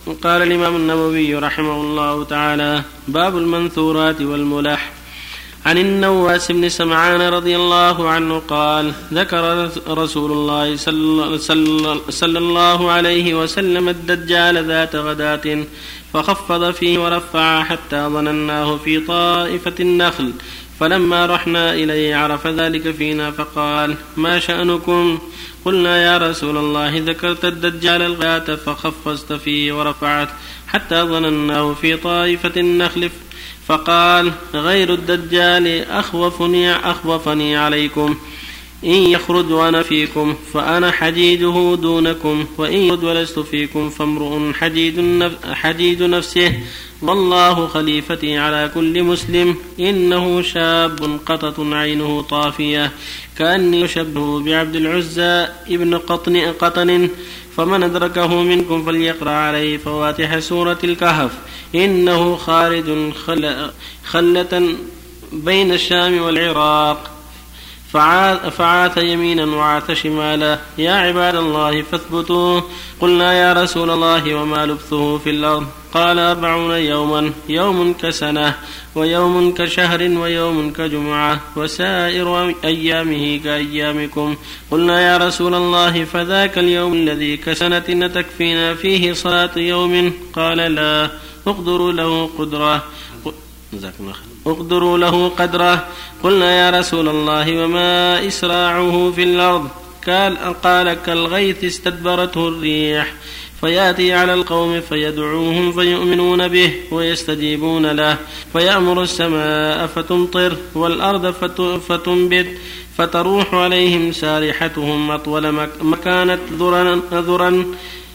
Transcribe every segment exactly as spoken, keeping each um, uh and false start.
قال الإمام النووي رحمه الله تعالى: باب المنثورات والملح. عن النواس بن سمعان رضي الله عنه قال: ذكر رسول الله صلى الله عليه وسلم الدجال ذات غداة فخفض فيه ورفع حتى ظنناه في طائفة النخل، فلما رحنا إليه عرف ذلك فينا فقال: ما شأنكم؟ قلنا: يا رسول الله ذكرت الدجال الغداة فخفضت فيه ورفعت حتى ظنناه في طائفة النخل. فقال: غير الدجال أخوفني, أخوفني عليكم، إن يخرج وأنا فيكم فأنا حديده دونكم، وإن يخرج ولست فيكم فامرؤ حديد نفسه، والله خليفتي على كل مسلم، إنه شاب قطة عينه طافية، كأني يشبه بعبد العزى ابن قطن, قطن فمن أدركه منكم فليقرأ عليه فواتح سورة الكهف، إنه خارج خلة بين الشام والعراق، فعاث يمينا وعاث شمالا، يا عباد الله فاثبتوا. قلنا: يا رسول الله وما لبثه في الأرض؟ قال: أربعون يوما، يوم كسنة، ويوم كشهر، ويوم كجمعة، وسائر أيامه كأيامكم. قلنا: يا رسول الله فذاك اليوم الذي كسنة تكفينا فيه صلاة يوم؟ قال: لا، اقدروا له قدره اقدروا له قدره. قلنا: يا رسول الله وما إسراعه في الأرض؟ قال: كالغيث استدبرته الريح، فيأتي على القوم فيدعوهم فيؤمنون به ويستجيبون له، فيأمر السماء فتمطر والأرض فتنبت، فتروح عليهم سارحتهم أطول مكانت ذرا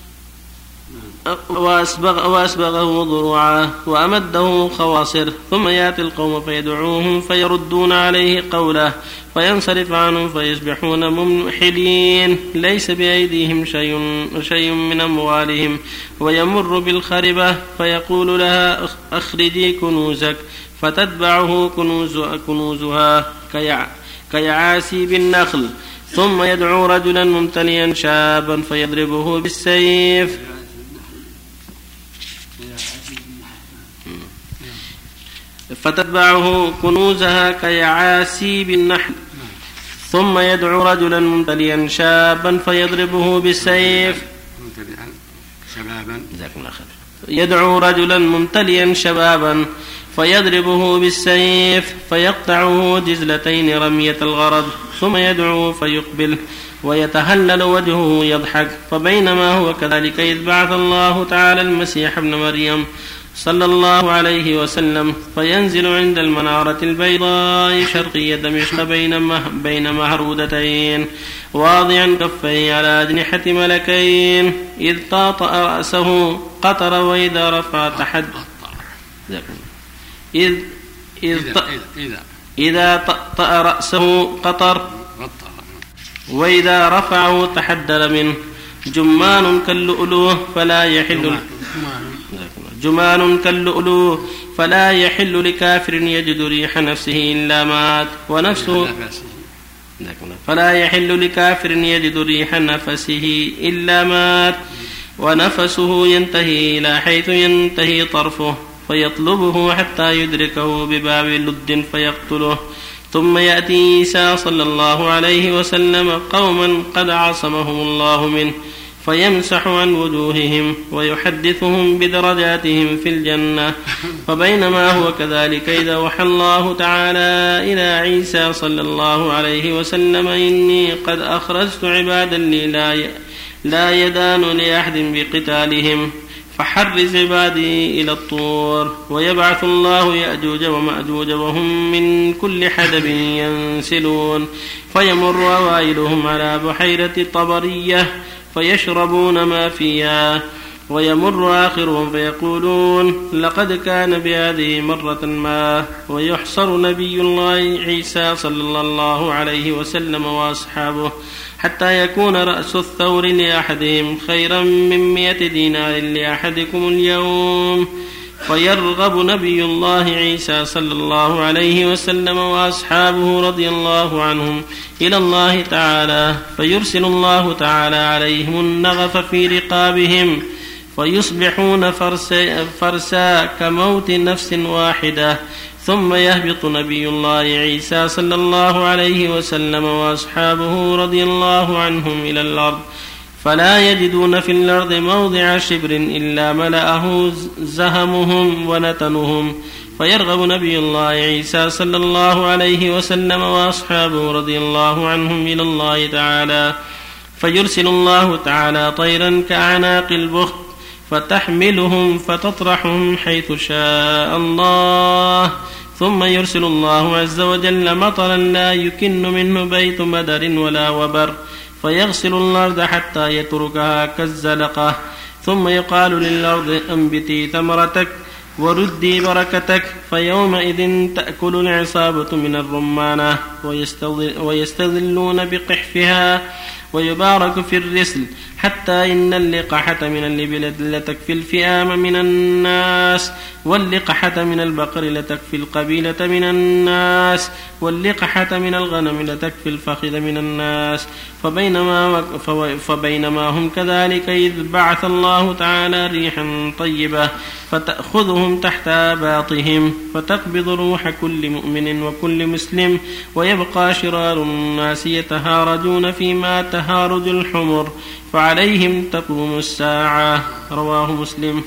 وأسبغ وأسبغه ضروعا وأمده خواصر، ثم يأتي القوم فيدعوهم فيردون عليه قوله، فينصرف عنهم فيصبحون ممحلين، ليس بأيديهم شيء, شيء من أموالهم، ويمر بالخربة فيقول لها: أخرجي كنوزك، فتتبعه كنوز كنوزها كيعاسي بالنخل، ثم يدعو رجلا ممتليا شابا فيضربه بالسيف فتتبعه كنوزها كيعاسي بالنحل، ثم يدعو رجلا ممتليا شابا فيضربه بالسيف يدعو رجلا ممتليا شبابا فيضربه بالسيف فيقطعه جزلتين رمية الغرض، ثم يدعو فيقبل ويتهلل وجهه يضحك. فبينما هو كذلك إذ بعث الله تعالى المسيح ابن مريم صلى الله عليه وسلم، فينزل عند المنارة البيضاء شرقية دمشق بين مهرودتين، واضعا كفيه على أجنحة ملكين، إذ طاطأ رأسه قطر، وإذا رفع تحد إذ إذ إذا طأطأ رأسه قطر، وإذا رفعه تحدر منه. جمان كاللؤلؤ فلا يحل جمان كاللؤلؤ فلا يحل لكافر يجد ريح نفسه إلا مات، ونفسه فلا يحل لكافر يجد ريح نفسه إلا مات، ونفسه ينتهي إلى حيث ينتهي طرفه، فيطلبه حتى يدركه بباب لد فيقتله. ثم يأتي عيسى صلى الله عليه وسلم قوما قد عصمهم الله منه، فيمسح عن وجوههم ويحدثهم بدرجاتهم في الجنة. فبينما هو كذلك إذا وحى الله تعالى إلى عيسى صلى الله عليه وسلم: إني قد أخرجت عبادا لي لا يدان لأحد بقتالهم، فحرز عبادي إلى الطور. ويبعث الله يأجوج ومأجوج وهم من كل حدب ينسلون، فيمر أوائلهم على بحيرة طبرية فيشربون ما فيها، ويمر آخرهم فيقولون: لقد كان بهذه مرة ما. ويحصر نبي الله عيسى صلى الله عليه وسلم وأصحابه حتى يكون رأس الثور لأحدهم خيرا من مئة دينار لأحدكم اليوم. فيرغب نبي الله عيسى صلى الله عليه وسلم وأصحابه رضي الله عنهم إلى الله تعالى، فيرسل الله تعالى عليهم النغف في رقابهم، فيصبحون فرسا, فرسا كموت نفس واحدة. ثم يهبط نبي الله عيسى صلى الله عليه وسلم وأصحابه رضي الله عنهم إلى الأرض، فلا يجدون في الأرض موضع شبر إلا ملأه زهمهم ونتنهم، فيرغب نبي الله عيسى صلى الله عليه وسلم وأصحابه رضي الله عنهم إلى الله تعالى، فيرسل الله تعالى طيرا كأعناق البخت فتحملهم فتطرحهم حيث شاء الله، ثم يرسل الله عز وجل مطرا لا يكن منه بيت مدر ولا وبر، فيغسل الأرض حتى يتركها كالزلقة، ثم يقال للأرض أنبتي ثمرتك وردي بركتك، فيومئذ تأكل العصابة من الرمانة ويستظلون بقحفها ويبارك في الرسل، حتى إن اللقحة من الإبل لتكفي الفئام من الناس، واللقحة من البقر لتكفي القبيلة من الناس، واللقحة من الغنم لتكفي الفخذ من الناس. فبينما, فبينما هم كذلك إذ بعث الله تعالى ريحا طيبة فتأخذهم تحت آباطهم، فتقبض روح كل مؤمن وكل مسلم، ويبقى شرار الناس يتهارجون فيما تهارج الحمر، فعليهم تقوم الساعة. رواه مسلم.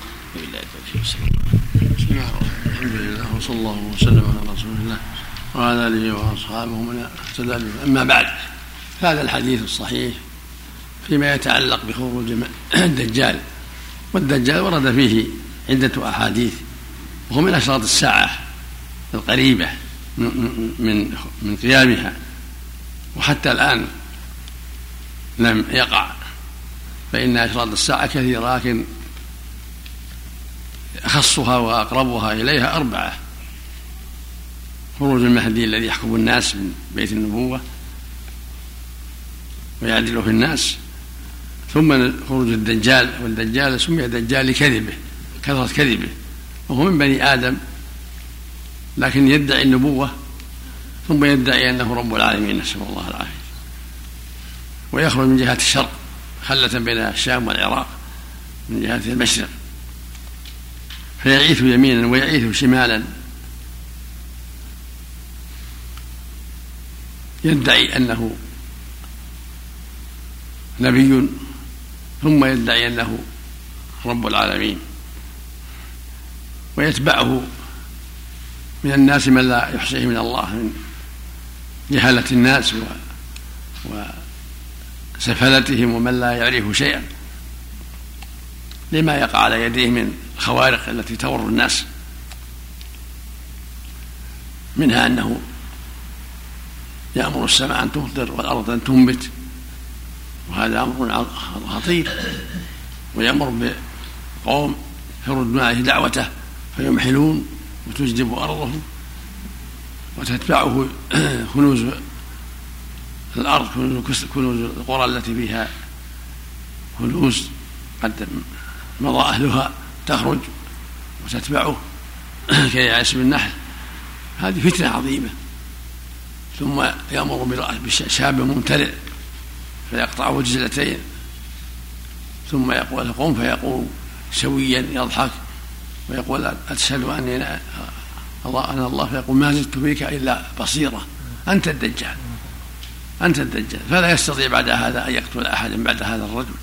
بسم الله الحمد لله وصلى الله وسلم على رسول الله وعلى آله وأصحابه من اهتدى به. أما بعد، هذا الحديث الصحيح فيما يتعلق بخروج الدجال، والدجال ورد فيه عدة أحاديث، وهو من أشراط الساعة القريبة من من قيامها، وحتى الآن لم يقع، فإن أشراط الساعة كثيرة، لكن أخصها وأقربها إليها أربعة: خروج المهدي الذي يحكم الناس من بيت النبوة ويعدل في الناس، ثم خروج الدجال، والدجال سمي دجال لكذبه، كثرة كذبه، وهو من بني آدم لكن يدعي النبوة ثم يدعي أنه رب العالمين، نسأل الله العافية، ويخرج من جهة الشرق خلة بين الشام والعراق من جهة المشرق، فيعيث يمينا ويعيث شمالا، يدعي أنه نبي ثم يدعي أنه رب العالمين، ويتبعه من الناس من لا يحصيه من الله، من جهالة الناس وسفلتهم ومن لا يعرف شيئا، لما يقع على يديه من الخوارق التي تضر الناس، منها أنه يأمر السماء أن تمطر والأرض أن تنبت، وهذا أمر خطير، ويأمر بقوم يردون عليه دعوته فيمحلون وتجدب أرضه وتتبعه كنوز الأرض، كنوز القرى التي فيها كنوز قد مضى أهلها تخرج وتتبعه كيعيش بالنحل. هذه فتنة عظيمة. ثم يأمر بشاب ممتلئ فيقطعه جزلتين، ثم يقول قم فيقوم سويا يضحك ويقول أتشهد أني أنا الله، فيقول ما زدت فيك إلا بصيرة، أنت الدجال أنت الدجال، فلا يستطيع بعد هذا أن يقتل أحدا بعد هذا الرجل.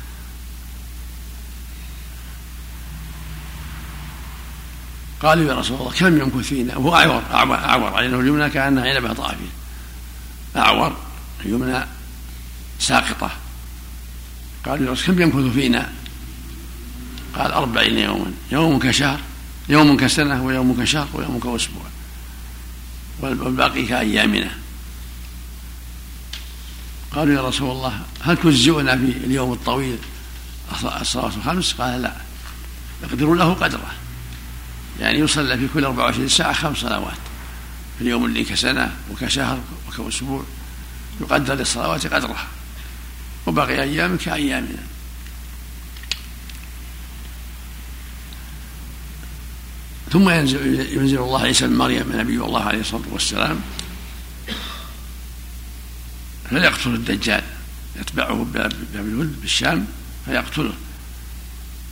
قالوا يا رسول الله كم يمكث فينا؟ وهو أعور أعور, أعور عينه اليمنى كأنها عنبة طافية، أعور اليمنى ساقطة. قالوا يا رسول كم يمكث فينا؟ قال أربعين يوما، يوم كشهر، يوم كسنة، ويوم كشهر، ويوم كأسبوع، والباقي كأيامنا. قالوا يا رسول الله هل تجزئنا في اليوم الطويل الصلوات الخمس؟ قال لا، يقدر له قدره، يعني يصلى في كل أربع وعشرين ساعة خمس صلوات، في اليوم اللي كسنة وكشهر وكأسبوع يقدر للصلوات قدرها، وباقي أيام كأيامنا. ثم ينزل, ينزل الله عيسى بن مريم نبي الله عليه الصلاة والسلام فيقتل الدجال، يتبعه باب الود بالشام فيقتله،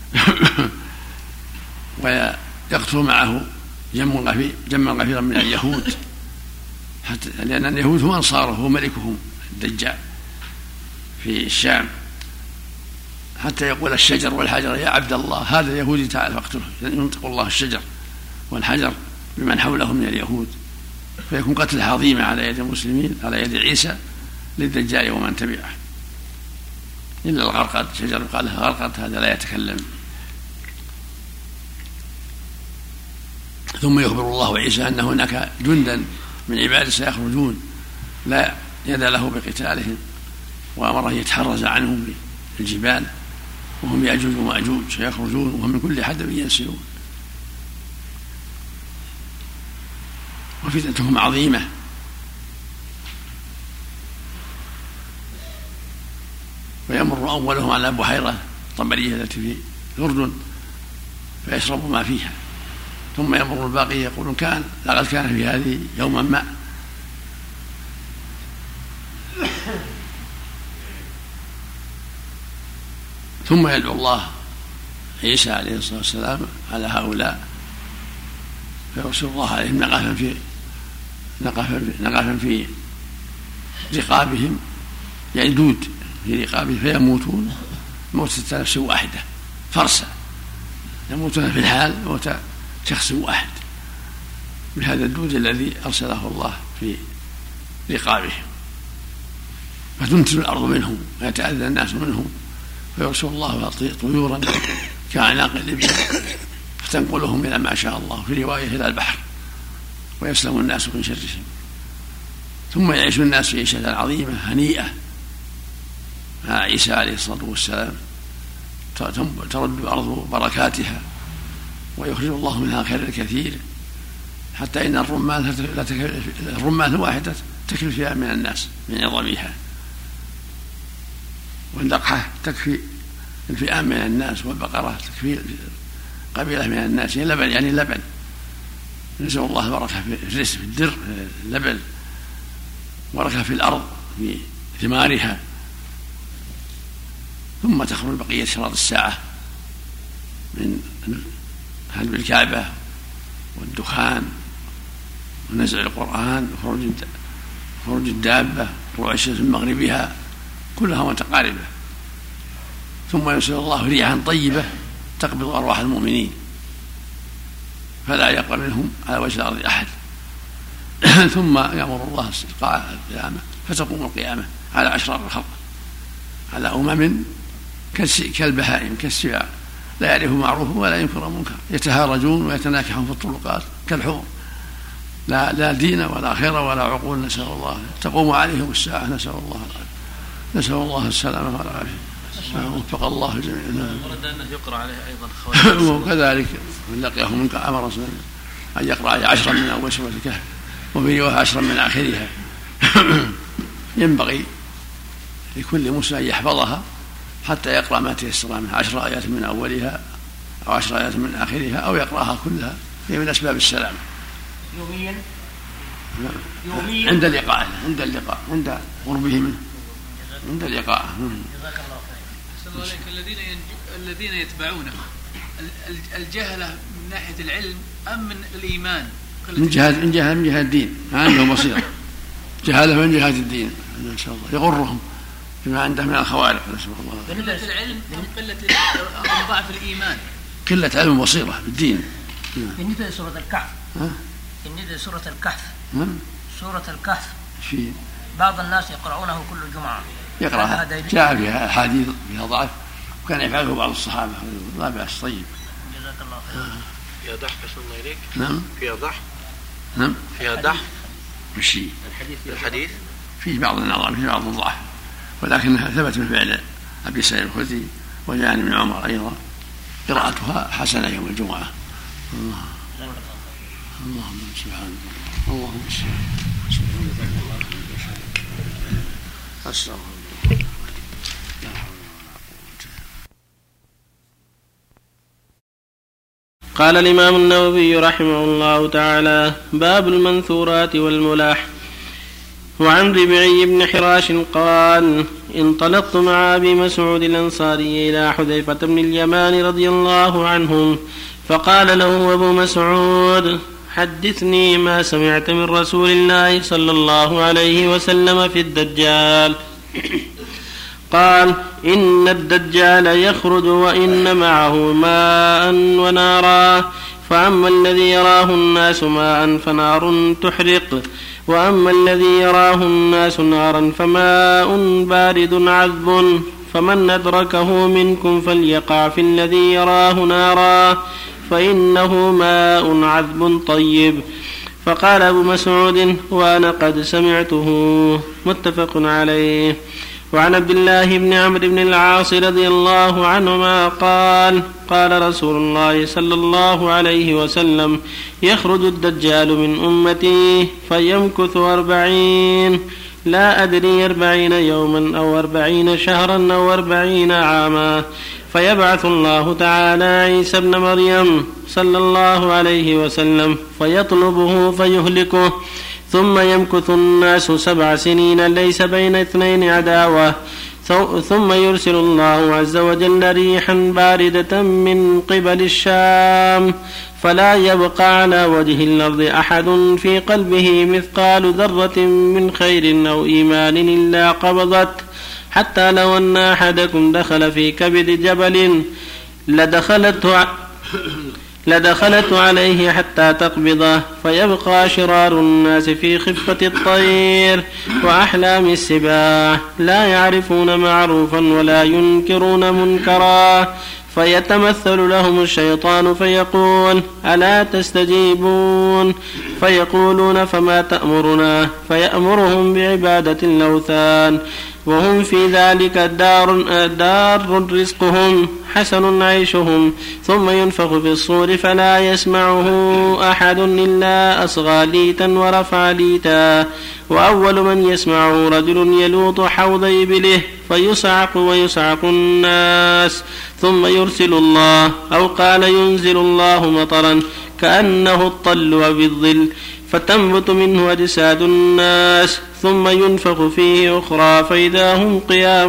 ويقتل معه جمع غفيرا من اليهود، حتى لأن اليهود هم أنصاره وملكهم الدجال في الشام، حتى يقول الشجر والحجر يا عبد الله هذا يهودي تعال فاقتله، ينطق الله الشجر والحجر بمن حوله من اليهود، فيكون قتل عظيمة على يد المسلمين على يد عيسى للدجال ومن تبعه، إلا الغرقد، شجر قال له غرقد هذا لا يتكلم. ثم يخبر الله عيسى أن هناك جندا من عباده سيخرجون لا يد له بقتالهم، وأمره يتحرز عنهم بالجبال، وهم يأجوج ومأجوج سيخرجون وهم من كل حدب ينسلون، وفتنتهم عظيمة. ويمر أولهم على بحيرة طبرية التي في الأردن فيشرب ما فيها، ثم يمر الباقي يقولون كان لقد كان في هذه يوما ما، ثم يدعو الله عيسى عليه الصلاة والسلام على هؤلاء فيرسل الله عليهم نقفا في نقفا في رقابهم، يعني دود في رقابهم فيموتون موتة نفس واحدة فرسا، يموتون في الحال موت شخص واحد بهذا الدود الذي أرسله الله في رقابهم، فتنتن الأرض منهم ويتأذى الناس منهم، فيرسل الله طيورا كأعناق الإبل فتنقلهم إلى ما شاء الله، في رواية إلى البحر، ويسلم الناس من شرهم، ثم يعيش الناس في عيشة عظيمة هنيئة مع عيسى عليه الصلاة والسلام، ترد الأرض بركاتها ويخرج الله منها خير الكثير، حتى إن الرمان الرمان الواحدة تكفي فيها من الناس من عظمها، والنقحة تكفي الفئام من الناس، والبقرة تكفي قبيلة من الناس، يعني لبن يعني لبن، نسأل الله البركة في الرزق في الدر اللبن، بركة في الأرض في ثمارها، ثم تخرج بقية شراط الساعة من هدم الكعبة والدخان ونزع القرآن وخروج الدابة طلوع الشمس من مغربها، كلها متقاربة، ثم يرسل الله ريحا طيبة تقبض أرواح المؤمنين فلا يبقى منهم على وجه الأرض أحد، ثم يأمر الله استلقاء القيامة فتقوم القيامة على أشرار الخلق، على أمم كالبهائم كالسباع لا يعرف معروف ولا ينكر منكر، يتهارجون ويتناكحون في الطرقات كالحمر، لا لا دين ولا خير ولا عقول، نسأل الله تقوم عليهم الساعة، نسأل الله العافية، نسأل الله السلامة والعافية، وفق الله جميعا. ورد أنه يقرأ عليه أيضا خواتيم، وكذلك من لقيه منك أمر أن يقرأ عشرا من أول سورة الكهف، وفي رواية عشرا من آخرها. ينبغي لكل مسلم أن يحفظها حتى يقرأ ما تيسر منها، عشر آيات من أولها أو عشر آيات من آخرها، أو يقرأها كلها، هي من أسباب السلامة. يوميا يوميا عند اللقاء عند اللقاء عند قربه منه عند اللقاء. جزاك الله خير. الله عليك. الذين الذين يتبعونه الجهلة من ناحية العلم أم من الإيمان؟ من جهة من جهة من جهة الدين، ما عندهم بصيرة، جهالة من جهة الدين إن شاء الله يغرهم بما عنده من الخوارق، نسأل الله. قلة العلم أم قلة ضعف الإيمان؟ قلة علم وبصيرة بالدين. بالنسبة لسورة الكهف، بالنسبة لسورة الكهف سورة الكهف في بعض الناس يقرؤونه كل جمعة، يقرأها، جاء فيها أحاديث فيها ضعف وكان يفعله بعض الصحابة، لا بأس. طيب جزاك الله خير. فيها ضحك أحسن الله إليك. نعم فيها ضحك. نعم فيها ضحك. مشي الحديث الحديث فيه بعض النظر فيه بعض الضعف، ولكنها ثبت من فعل أبي سعيد الخدري وجاء عن ابن عمر أيضا قراءتها حسنة يوم الجمعة. الله اللهم سبحانك اللهم سبحانك أستغفر الله. قال الإمام النووي رحمه الله تعالى: باب المنثورات والملاح. وعن ربعي بن حراش قال انطلقت مع أبي مسعود الأنصاري إلى حذيفة بن اليمان رضي الله عنهم فقال له أبو مسعود حدثني ما سمعت من رسول الله صلى الله عليه وسلم في الدجال. قال إن الدجال يخرج وإن معه ماء ونارا، فأما الذي يراه الناس ماء فنار تحرق، وأما الذي يراه الناس نارا فماء بارد عذب، فمن أدركه منكم فليقع في الذي يراه نارا فإنه ماء عذب طيب. فقال أبو مسعود وأنا قد سمعته. متفق عليه. وعن عبد الله بن عمرو بن العاص رضي الله عنهما قال قال رسول الله صلى الله عليه وسلم يخرج الدجال من أمتي فيمكث أربعين، لا أدري أربعين يوما أو أربعين شهرا أو أربعين عاما، فيبعث الله تعالى عيسى ابن مريم صلى الله عليه وسلم فيطلبه فيهلكه، ثم يمكث الناس سبع سنين ليس بين اثنين عداوة، ثم يرسل الله عز وجل ريحا باردة من قبل الشام، فلا يبقى على وجه الأرض أحد في قلبه مثقال ذرة من خير أو إيمان إلا قبضت، حتى لو أن أحدكم دخل في كبد جبل لدخلت لدخلت عليه حتى تقبضه، فيبقى شرار الناس في خفة الطير وأحلام السباع، لا يعرفون معروفا ولا ينكرون منكرا، فيتمثل لهم الشيطان فيقول ألا تستجيبون، فيقولون فما تأمرنا، فيأمرهم بعبادة الأوثان، وهم في ذلك دار, دار رزقهم حسن عيشهم، ثم ينفخ في الصور فلا يسمعه أحد إلا أصغى ليتا ورفع ليتا، وأول من يسمعه رجل يلوط حوض إبله فيصعق ويصعق الناس، ثم يرسل الله أو قال ينزل الله مطرا كأنه الطل وبالظل، فتنبت منه أجساد الناس، ثم ينفخ فيه أخرى فإذا هم قيام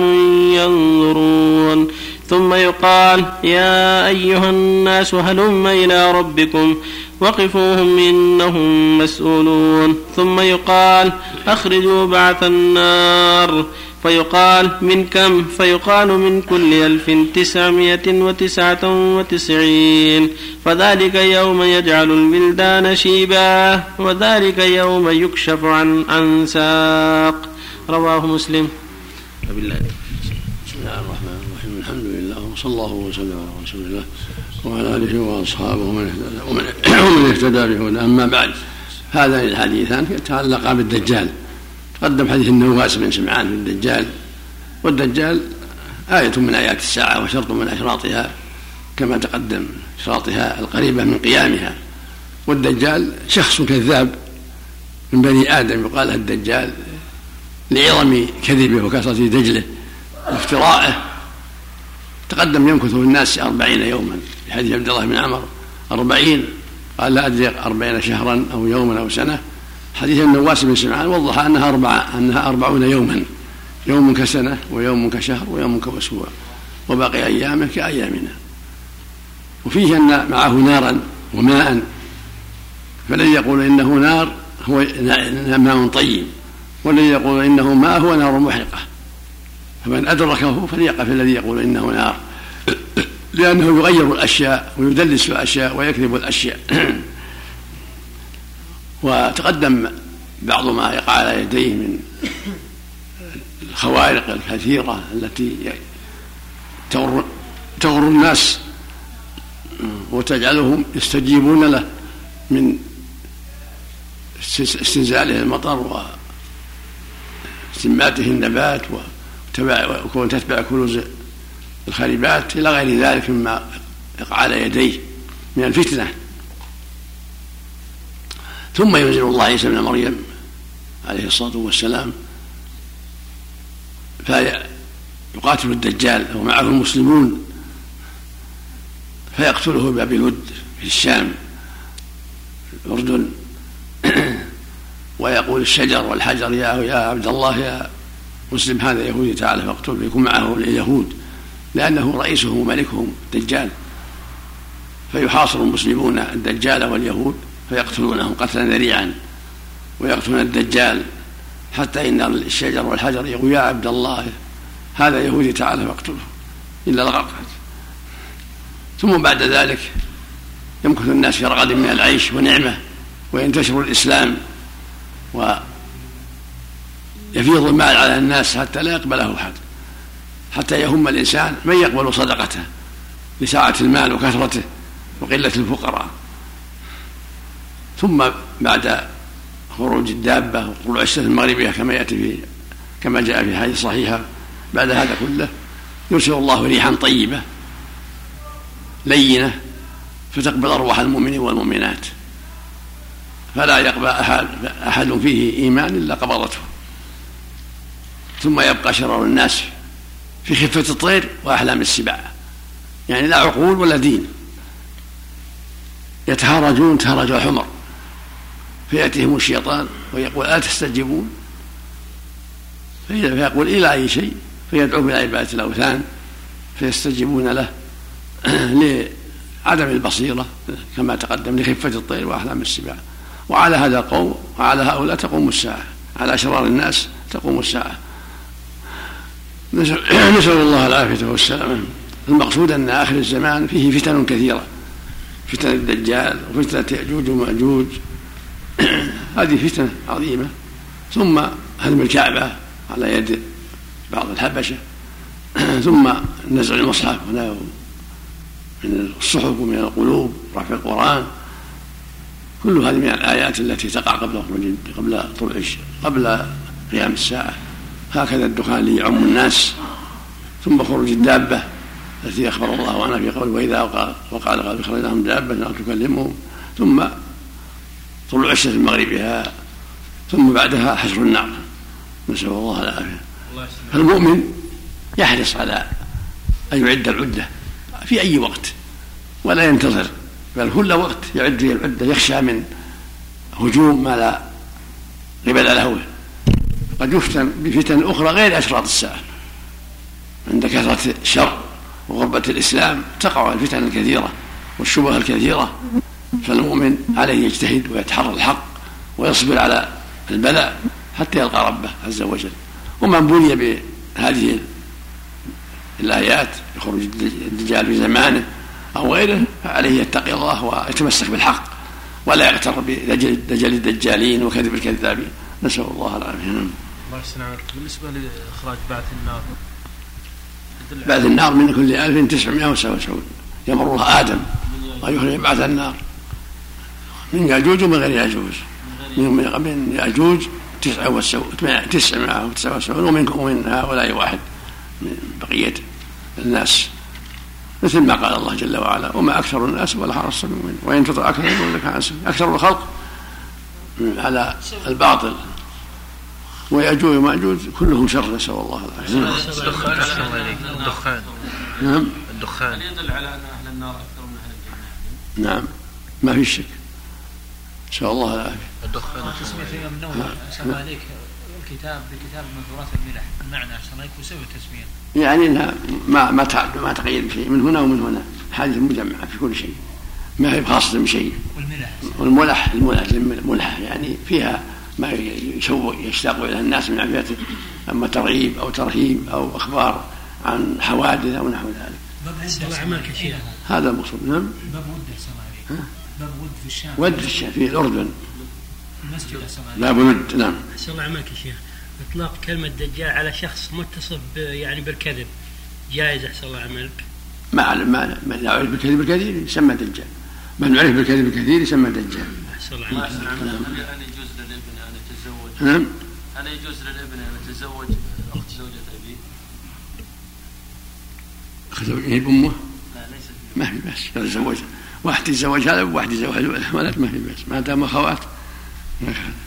ينظرون، ثم يقال يا أيها الناس هلم إلى ربكم وقفوهم إنهم مسؤولون، ثم يقال أخرجوا بعث النار، فيقال من كم؟ فيقال من كل ألف تسعمائة وتسعة وتسعين، فذلك يوم يجعل البلدان شيبا، وذلك يوم يكشف عن عن ساق. رواه مسلم. بسم الله الرحمن الرحيم، الحمد لله وصلى الله وسلم على رسول الله وعلى آله وأصحابه ومن اهتدى بهداه. أما بعد، هذان الحديثان يتعلقا بالدجال. تقدم حديث النواس بن سمعان في الدجال، والدجال آية من آيات الساعة وشرط من أشراطها كما تقدم، أشراطها القريبة من قيامها. والدجال شخص كذاب من بني آدم يقال الدجال لعظم كذبه وكثرة دجله وافترائه. تقدم يمكث في الناس أربعين يوما في حديث عبد الله بن عمر أربعين، قال لا أدري أربعين شهرا أو يوما أو سنة. حديث النواس بن سمعان وضح أنها أربعة أنها أربعون يوما، يوم كسنة ويوم كشهر ويوم كأسبوع، وباقي أيامه كأيامنا. وفيه أن معه نارا وماء، فالذي يقول إنه نار هو ماء طيب، والذي يقول إنه ماء هو نار محرقة، فمن أدركه فليقع في الذي يقول إنه نار، لأنه يغير الأشياء ويدلس الأشياء ويكذب الأشياء. وتقدم بعض ما يقع على يديه من الخوارق الكثيرة التي تغر, تغر الناس وتجعلهم يستجيبون له من استنزاله المطر واستنباته النبات وكون تتبع كنوز الخريبات إلى غير ذلك مما يقع على يديه من الفتنة. ثم ينزل الله عيسى ابن مريم عليه الصلاة والسلام فيقاتل الدجال ومعه المسلمون فيقتله بأبي الود في الشام في الأردن. ويقول الشجر والحجر يا يا عبد الله يا مسلم هذا يهودي تعالى فاقتله، فيكون معه اليهود لأنه رئيسهم وملكهم الدجال، فيحاصر المسلمون الدجال واليهود فيقتلونهم قتلا ذريعا ويقتلون الدجال، حتى إن الشجر والحجر يقول يا عبد الله هذا يهودي تعالى فاقتله إلا الغرقد. ثم بعد ذلك يمكث الناس في رغد من العيش ونعمة، وينتشر الإسلام ويفيض المال على الناس حتى لا يقبله أحد، حتى يهم الإنسان من يقبل صدقته لسعة المال وكثرته وقلة الفقراء. ثم بعد خروج الدابة وطلوع الشمس المغربية كما يأتي في كما جاء في حديث صحيحة، بعد هذا كله يرسل الله ريحا طيبة لينة فتقبل أرواح المؤمنين والمؤمنات، فلا يقبل أحد, أحد فيه إيمان إلا قبضته. ثم يبقى شرار الناس في خفة الطير وأحلام السباع، يعني لا عقول ولا دين، يتهرجون تهرج الحمر، فيأتيهم الشيطان ويقول ألا تستجيبون، فيقول إلى أي شيء، فيدعوهم إلى عبادة الأوثان فيستجيبون له لعدم البصيرة كما تقدم، لخفة الطير وأحلام السباع. وعلى هذا القوم وعلى هؤلاء تقوم الساعة، على شرار الناس تقوم الساعة. نسأل الله العافية والسلامة. المقصود أن آخر الزمان فيه فتن كثيرة، فتن الدجال وفتنة يأجوج ومأجوج هذه فتنة عظيمة. ثم هدم الكعبة على يد بعض الحبشة، ثم نزع المصحف من الصحف ومن القلوب، رفع القرآن، كل هذه من الآيات التي تقع قبل قبل طلوع قبل قيام الساعة. هكذا الدخان ليعم الناس. ثم خروج الدابة التي أخبر الله عنها في قوله وإذا وقال قال خرجناهم دابة لا تكلمهم، ثم طلوع الشمس من مغربها، ثم بعدها حشر النار، نسأل الله العافية. فالمؤمن يحرص على أن يعد العدة في أي وقت ولا ينتظر، بل كل وقت يعد العدة، يخشى من هجوم ما لا قبل له. قد يفتن بفتن أخرى غير أشراط الساعة، عند كثرة الشر وغربة الإسلام تقع الفتن الكثيرة والشبه الكثيرة، فالمؤمن عليه يجتهد ويتحرى الحق ويصبر على البلاء حتى يلقى ربه عز وجل. ومن بني بهذه الآيات يخرج الدجال في زمانه أو غيره فعليه يتقي الله ويتمسك بالحق ولا يغتر بدجل الدجالين وكذب الكذابين، نسأل الله العافية. الله يسلمك. بالنسبة لإخراج بعث النار، بعث النار من كل ألف تسعمائة وسبعة وسبعين يمرها آدم ويخرج بعث النار من يأجوج ومن غير يأجوج، من يأجوج تسعمائة وتسعة وسبعين ومن هؤلاء واحد من بقية الناس، مثل ما قال الله جل وعلا وما أكثر الناس ولا حرص بمؤمن وإن تطع أكثر يضلك عن سبيل. أكثر الخلق على الباطل، ويأجوج ومأجوج كلهم شر، نسأل الله العافية. الدخان نعم الدخان يدل على أن أهل النار أكثر من أهل الجنة. نعم ما في شك، نسأل الله العافية. الدخان تسمية يوم نوم سمى عليك الكتاب بكتاب مذورات الملح، المعنى عشان هيك وسوي تسمية، يعني انها ما ما تعد ما تقيد شيء من هنا ومن هنا، حادث مجمعة في كل شيء، ما هي خاصة بشيء. والملح والملح الملح الملح يعني فيها ما يشوق يشتاق إلى الناس من عافيته، أما ترغيب أو ترهيب أو أخبار عن حوادث أو نحو ذلك. هذا المقصود. نعم. باب ود السماوي، باب ود في الشام، ود في الشام في الأردن، المسجد السماوي، باب ود. نعم. أحسن الله عملك يا شيخ. إطلاق كلمة دجال على شخص متصف يعني بالكذب جائز؟ أحسن الله عملك. ما ما من يعرف بالكذب الكثير يسمى دجال، من يعرف بالكذب الكثير يسمى دجال. أحسن الله عملك. هل يجوز للابن أن يتزوج؟ نعم. هل يجوز للابن أن يتزوج أخت زوجة أبيه؟ أخت زوجة أمه؟ لا ليست ما في بأس، يتزوج واحد يتزوج هذا وواحد يتزوج الولد، ما في بأس ما دام أخوات.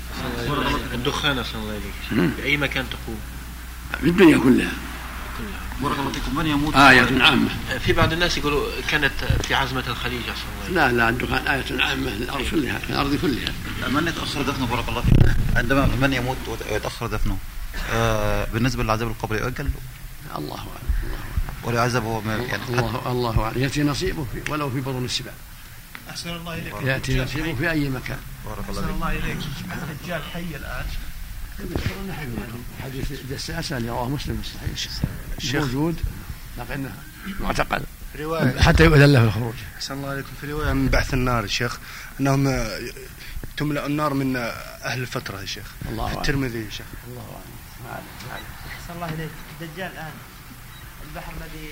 الدخان أحسن الله إليك بأي مكان تقوم؟ في الدنيا كلها. كلها. بارك الله فيكم. من يموت آية عامة. في بعض الناس يقولوا كانت في عزمة الخليج. لا لا الدخان آية عامة للأرض كلها، في الأرض كلها. من يتأخر دفنه بارك الله فيكم؟ عندما من يموت ويتأخر دفنه آه بالنسبة للعذاب القبر يؤجل؟ الله أعلم. وليعذبه يعني الله الله أعلم. يأتي نصيبه في ولو في بطون السباع. أحسن الله إليك. يأتي نصيبه في أي مكان. بارك الله أحسن الله إليك. الدجال حي الآن. حديث الجساس اللي رواه مسلم الصحيح موجود لكنه معتقل رواية حتى يؤذن له الخروج. أحسن الله عليكم. في رواية من بعث النار الشيخ أنهم تملأ النار من أهل الفترة يا شيخ. الله أعلم. الترمذي يا شيخ. الله أعلم. أحسن الله إليك. الدجال الآن البحر الذي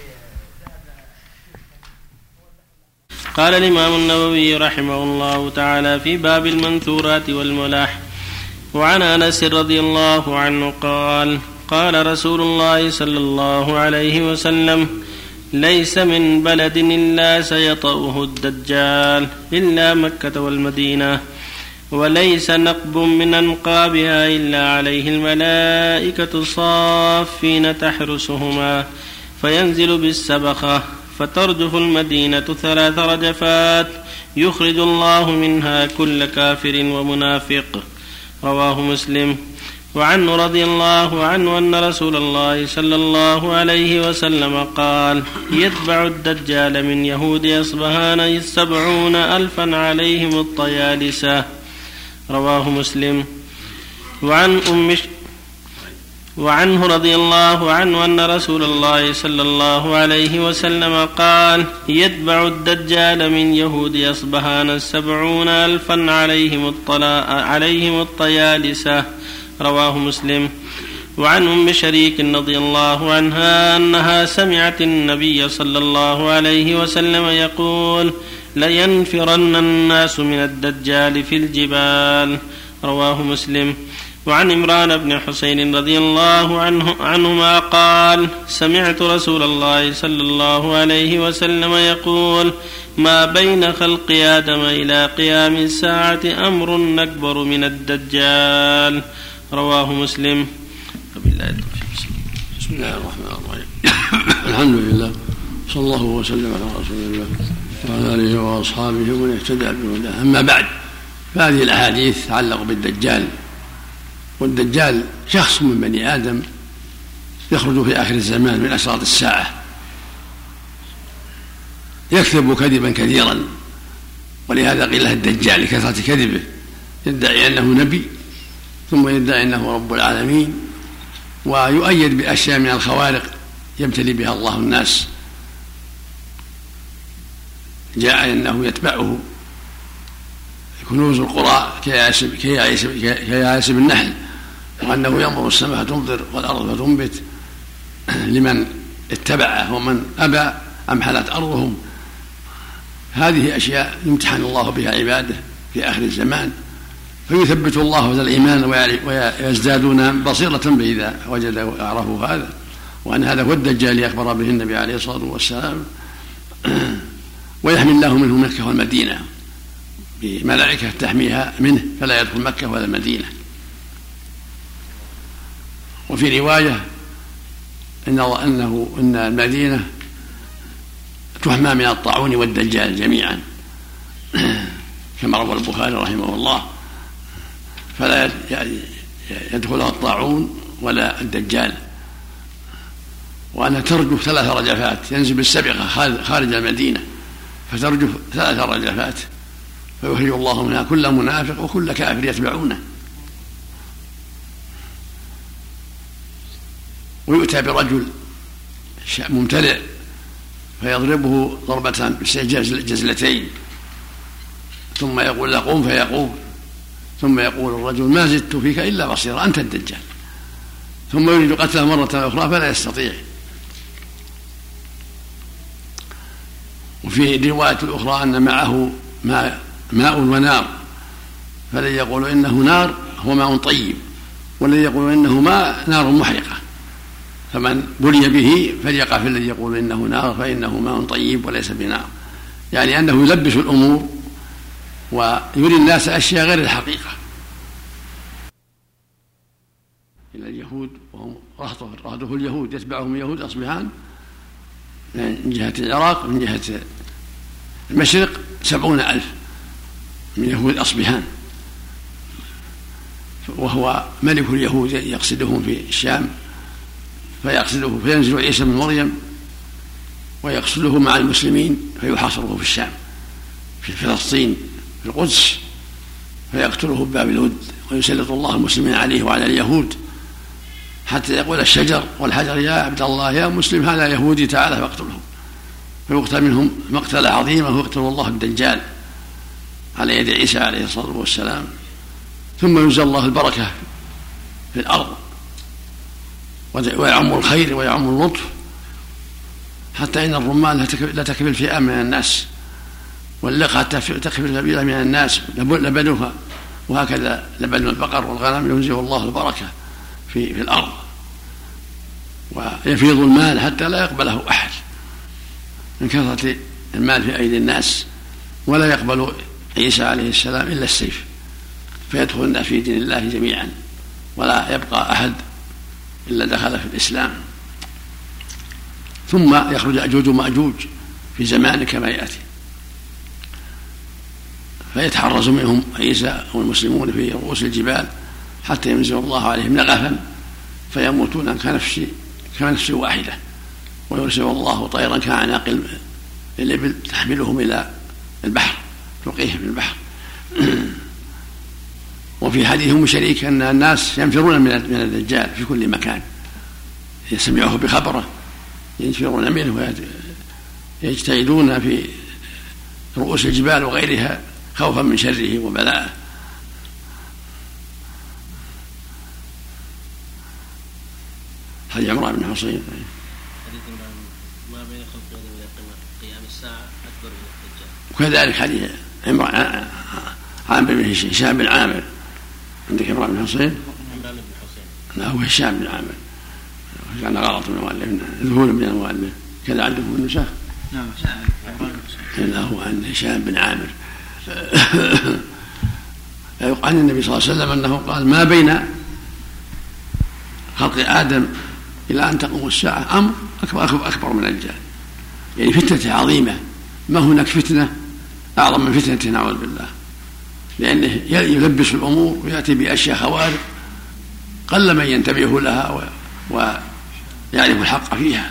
قال الإمام النووي رحمه الله تعالى في باب المنثورات والملاح: وعن أنس رضي الله عنه قال: قال رسول الله صلى الله عليه وسلم: ليس من بلد إلا سيطأه الدجال إلا مكة والمدينة، وليس نقب من أنقابها إلا عليه الملائكة صافين تحرسهما، فينزل بالسبخة فترجف المدينة ثلاث رجفات يخرج الله منها كل كافر ومنافق. رواه مسلم. وعنه رضي الله عنه أن رسول الله صلى الله عليه وسلم قال: يتبع الدجال من يهود أصبهان سبعون ألفا عليهم الطيالسة. رواه مسلم. وعن أم وعنه رضي الله عنه أن رسول الله صلى الله عليه وسلم قال: يتبع الدجال من يهود أصبهان سبعون ألفا عليهم, عليهم الطيالسة. رواه مسلم. وعن أم شريك رضي الله عنها أنها سمعت النبي صلى الله عليه وسلم يقول: لينفرن الناس من الدجال في الجبال. رواه مسلم. وعن عمران بن حسين رضي الله عنه عنهما قال: سمعت رسول الله صلى الله عليه وسلم يقول: ما بين خلق آدم إلى قيام الساعة أمر أكبر من الدجال. رواه مسلم. بسم الله الرحمن الرحيم. الحمد لله، صلى الله وسلم على رسول الله وعلى آله وأصحابه ومن اهتدى بهداه. أما بعد، فهذه الأحاديث تتعلق بالدجال. والدجال شخص من بني آدم يخرج في آخر الزمان من أشراط الساعة، يكذب كذبا كثيرا، ولهذا قيل له الدجال لكثرة كذبه. يدعي أنه نبي، ثم يدعي أنه رب العالمين، ويؤيد بأشياء من الخوارق يبتلي بها الله الناس. جاء أنه يتبعه كنوز القرى كيعيش بالنحل، وأنه ينظر السماء تمطر والأرض فتنبت لمن اتبعه، ومن أبى أمحلت أرضهم. هذه أشياء يمتحن الله بها عباده في آخر الزمان، فيثبت الله هذا الإيمان ويزدادون بصيرة بإذا وجدوا وعرفوا هذا، وأن هذا هو الدجال أخبر به النبي عليه الصلاة والسلام. ويحمي الله منه مكة والمدينة بملائكة تحميها منه، فلا يدخل مكة ولا المدينة. وفي رواية إنه أنه إن المدينة تحمى من الطاعون والدجال جميعا، كما روى البخاري رحمه الله، فلا يدخلها الطاعون ولا الدجال. وأنها ترجف ثلاث رجفات، ينزل بالسبقة خارج المدينة فترجف ثلاث رجفات، فيخرج الله منها كل منافق وكل كافر يتبعونه. ويؤتى برجل ممتلئ فيضربه ضربة جزلتين، ثم يقول له قم فيقوم، ثم يقول الرجل ما زدت فيك إلا بصيرا أنت الدجال، ثم يريد قتله مرة أخرى فلا يستطيع. وفي رواية الأخرى أن معه ماء, ماء ونار، فالذي يقول إنه نار هو ماء طيب، والذي يقول إنه ماء نار محرقة، فمن بلي به فليقع في الذي يقول إنه نار فإنه ماء طيب وليس بنار، يعني أنه يلبس الأمور ويري الناس أشياء غير الحقيقة. إلى اليهود وهم رهطه رهطه اليهود يتبعهم يهود أصبهان من جهة العراق من جهة المشرق سبعون ألف من يهود أصبهان، وهو ملك اليهود يقصدهم في الشام فيقصده فينزل عيسى بن مريم ويقصده مع المسلمين فيحاصره في الشام في فلسطين في القدس فيقتله بباب الود ويسلط الله المسلمين عليه وعلى اليهود حتى يقول الشجر والحجر يا عبد الله يا مسلم هذا يهودي تعالى فاقتله، فيقتل منهم مقتلة عظيمة ويقتل الله الدجال على يد عيسى عليه الصلاة والسلام، ثم ينزل الله البركة في الأرض ويعم الخير ويعم اللطف حتى إن الرمان لا تكفي الفئة من الناس واللقى تكفي القبيلة من الناس لبنوها، وهكذا لبن البقر والغنم ينزل الله البركة في, في الأرض ويفيض المال حتى لا يقبله أحد من كثرة المال في أيدي الناس، ولا يقبل عيسى عليه السلام إلا السيف فيدخل الناس في دين الله جميعا ولا يبقى أحد إلا دخل في الإسلام. ثم يخرج أجوج ومأجوج في زمان كما يأتي فيتحرز منهم عيسى والمسلمون في رؤوس الجبال حتى ينزل الله عليهم نغفا فيموتون كنفس كنفس واحدة، ويرسل الله طيرا كأعناق الإبل تحملهم إلى البحر تلقيهم في البحر. وفي حديث أم شريك أن الناس ينفرون من الدجال في كل مكان يسمعه بخبره ينفرون منه ويجتهدون في رؤوس الجبال وغيرها خوفا من شره وبلاءه. حديث عمران بن حصين ما بين خلق قيام الساعة أكبر من الدجال، وكذلك حديث عمران عامر بن هشام بن عامر عندك عمران بن حصين عمران بن حصين لا هو هشام بن عامر كان غلط من المؤلف ذهول من المؤلف كذا عندكم النسخ نعم لا هو عن هشام بن عامر عن النبي صلى الله عليه وسلم أنه قال ما بين خلق آدم إلى أن تقوم الساعة أمر أكبر, أكبر من الدجال، يعني فتنة عظيمة ما هناك فتنة أعظم من فتنة نعوذ بالله، لأنه يلبس الأمور ويأتي بأشياء خوارق قل من ينتبه لها ويعرف الحق فيها،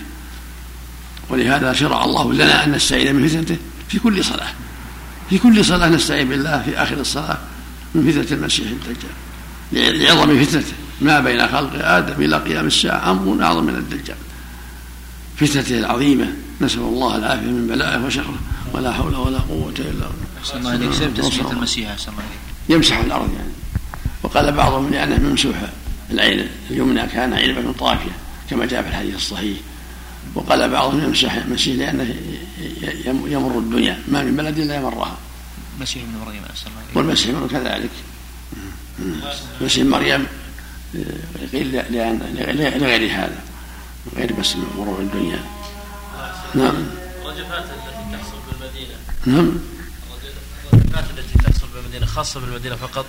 ولهذا شرع الله لنا أن نستعيذ من فتنته في كل صلاة في كل صلاة نستعيذ بالله في آخر الصلاة من فتنة المسيح الدجال لعظم فتنته. ما بين خلق آدم إلى قيام الساعة أمر أعظم من الدجال فتنته العظيمة، نسأل الله العافية من بلائه وشره ولا حول ولا قوة إلا بالله. أحسن الله عليك سبب تسمية المسيح أحسن الله عليك يمسح الأرض يعني، وقال بعضهم لأنه ممسوحة العين اليمنى كان علبة طافية كما جاء في الحديث الصحيح، وقال بعضهم يمسح المسيح لأنه يمر الدنيا ما من بلد إلا يمرها مسيح ابن مريم أحسن الله عليك والمسيح كذلك مسيح مريم قيل لغير هذا غير بس مرور الدنيا. نعم الرجفات التي تحصل بالمدينة نعم الرجفات التي تحصل بالمدينة خاصة بالمدينة فقط،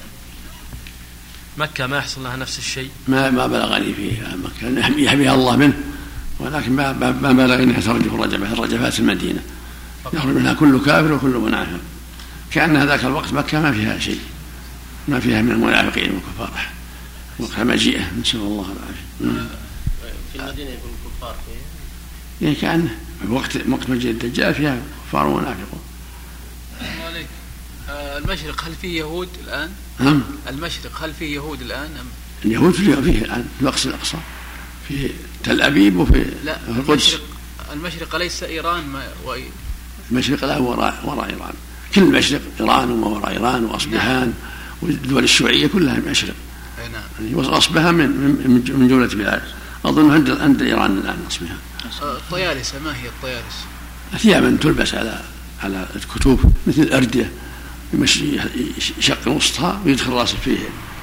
مكة ما يحصل لها نفس الشيء؟ ما ما بلغني فيها مكة يحميها الله منه، ولكن ما ما بلغني انها ترجف الرجفات الرجفات المدينة يخرج منها كل كافر وكل منافق، كأن هذاك الوقت مكة ما فيها شيء ما فيها من المنافقين والكفار وقت مجيئة نسأل الله العافية. في المدينة يكون الكفار فيها يعني كأن وقت وقت مجيء الدجال فيها كفار ومنافقون. عليك المشرق هل فيه يهود الآن؟ نعم المشرق هل فيه يهود الآن أم؟ اليهود فيه فيه الآن في الأقصى الأقصى في تل أبيب وفي لا القدس. المشرق المشرق ليس إيران ما و... المشرق لا وراء وراء إيران، كل المشرق إيران وما وراء إيران وأصبهان نعم. والدول الشيوعية كلها مشرق نعم. وأصبهان من من جملة بلاد أظن عند عند إيران الآن أصبهان. الطيالسة ما هي الطيالسة؟ ثيابا تلبس على على الكتوب مثل الأردية يمشي شق وسطها ويدخل راسه فيه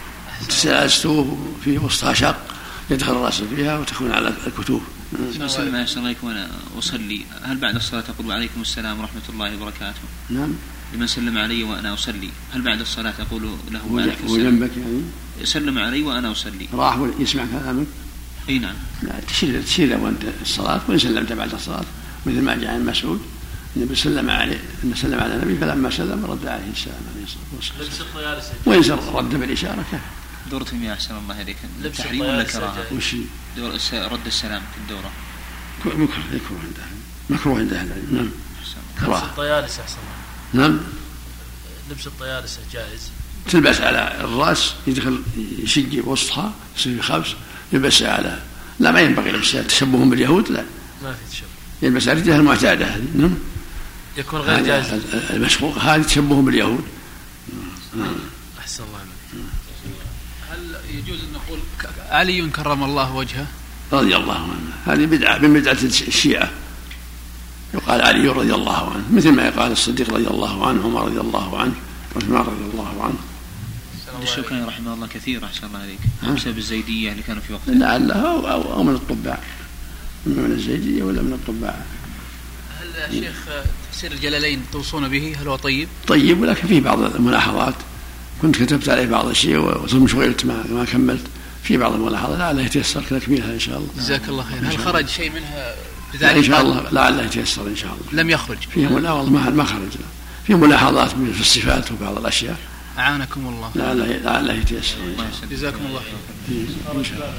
سلاسته في وسطها شق يدخل راسه فيها وتكون على الكتوب. سلم أحسن عليكم وأنا أصلي هل بعد الصلاة أقول وعليكم السلام ورحمة الله وبركاته؟ نعم. لمن سلم علي وأنا أصلي هل بعد الصلاة أقول له وجنبك يعني سلم علي وأنا أصلي راح يسمع كلامك اي نعم. تشير تشير وانت الصلاه وان سلمت بعد الصلاه، مثل ما جاء عن مسعود النبي سلم عليه ان سلم على النبي فلما سلم رد عليه السلام عليه الصلاه والسلام. وان رد بالاشاره كفى. دورة المياه أحسن الله هذيك تحريم ولا كراهة؟ وش دور رد السلام في الدورة؟ مكروه مكروه عند مكروه عند أهل العلم. نعم. لبس الطيالسة أحسن الله. نعم. لبس الطيالسة جائز. تلبس على الرأس يدخل يشق وسطها يصير خبز يلبسها على، لا ما ينبغي لبسها تشبههم باليهود، لا ما في تشبه، يلبس على رجلها المعتادة هذه. نعم. يكون غير جائز المشقوق هذه تشبههم باليهود. نعم. أحسن الله عليك. هل يجوز أن نقول علي كرم الله وجهه رضي الله عنه؟ هذه بدعة من بدعة الشيعة، يقال علي رضي الله عنه مثل ما يقال الصديق رضي الله عنه، عمر رضي الله عنه، عثمان رضي الله عنه. الشوكاني رحمه الله كثير أحسن الله عليك بسبب الزيدية اللي كانوا في وقته. لعله أو, أو, أو من الطباع، من الزيدية ولا من الطباع. هل شيخ تفسير الجلالين توصون به هل هو طيب؟ طيب، ولكن فيه بعض الملاحظات كنت كتبت عليه بعض الشيء وثم شغلت ما, ما كملت في بعض الملاحظات، لعله يتيسر تكميلها إن شاء الله. جزاك الله خير. هل خرج شيء منها إن شاء الله؟ لعله يتيسر إن شاء الله. لم يخرج فيه لا والله ما ما خرج، فيه ملاحظات في الصفات وبعض الأشياء. أعانكم الله. لعله لعله يتيسر. جزاكم الله خير. إن شاء الله.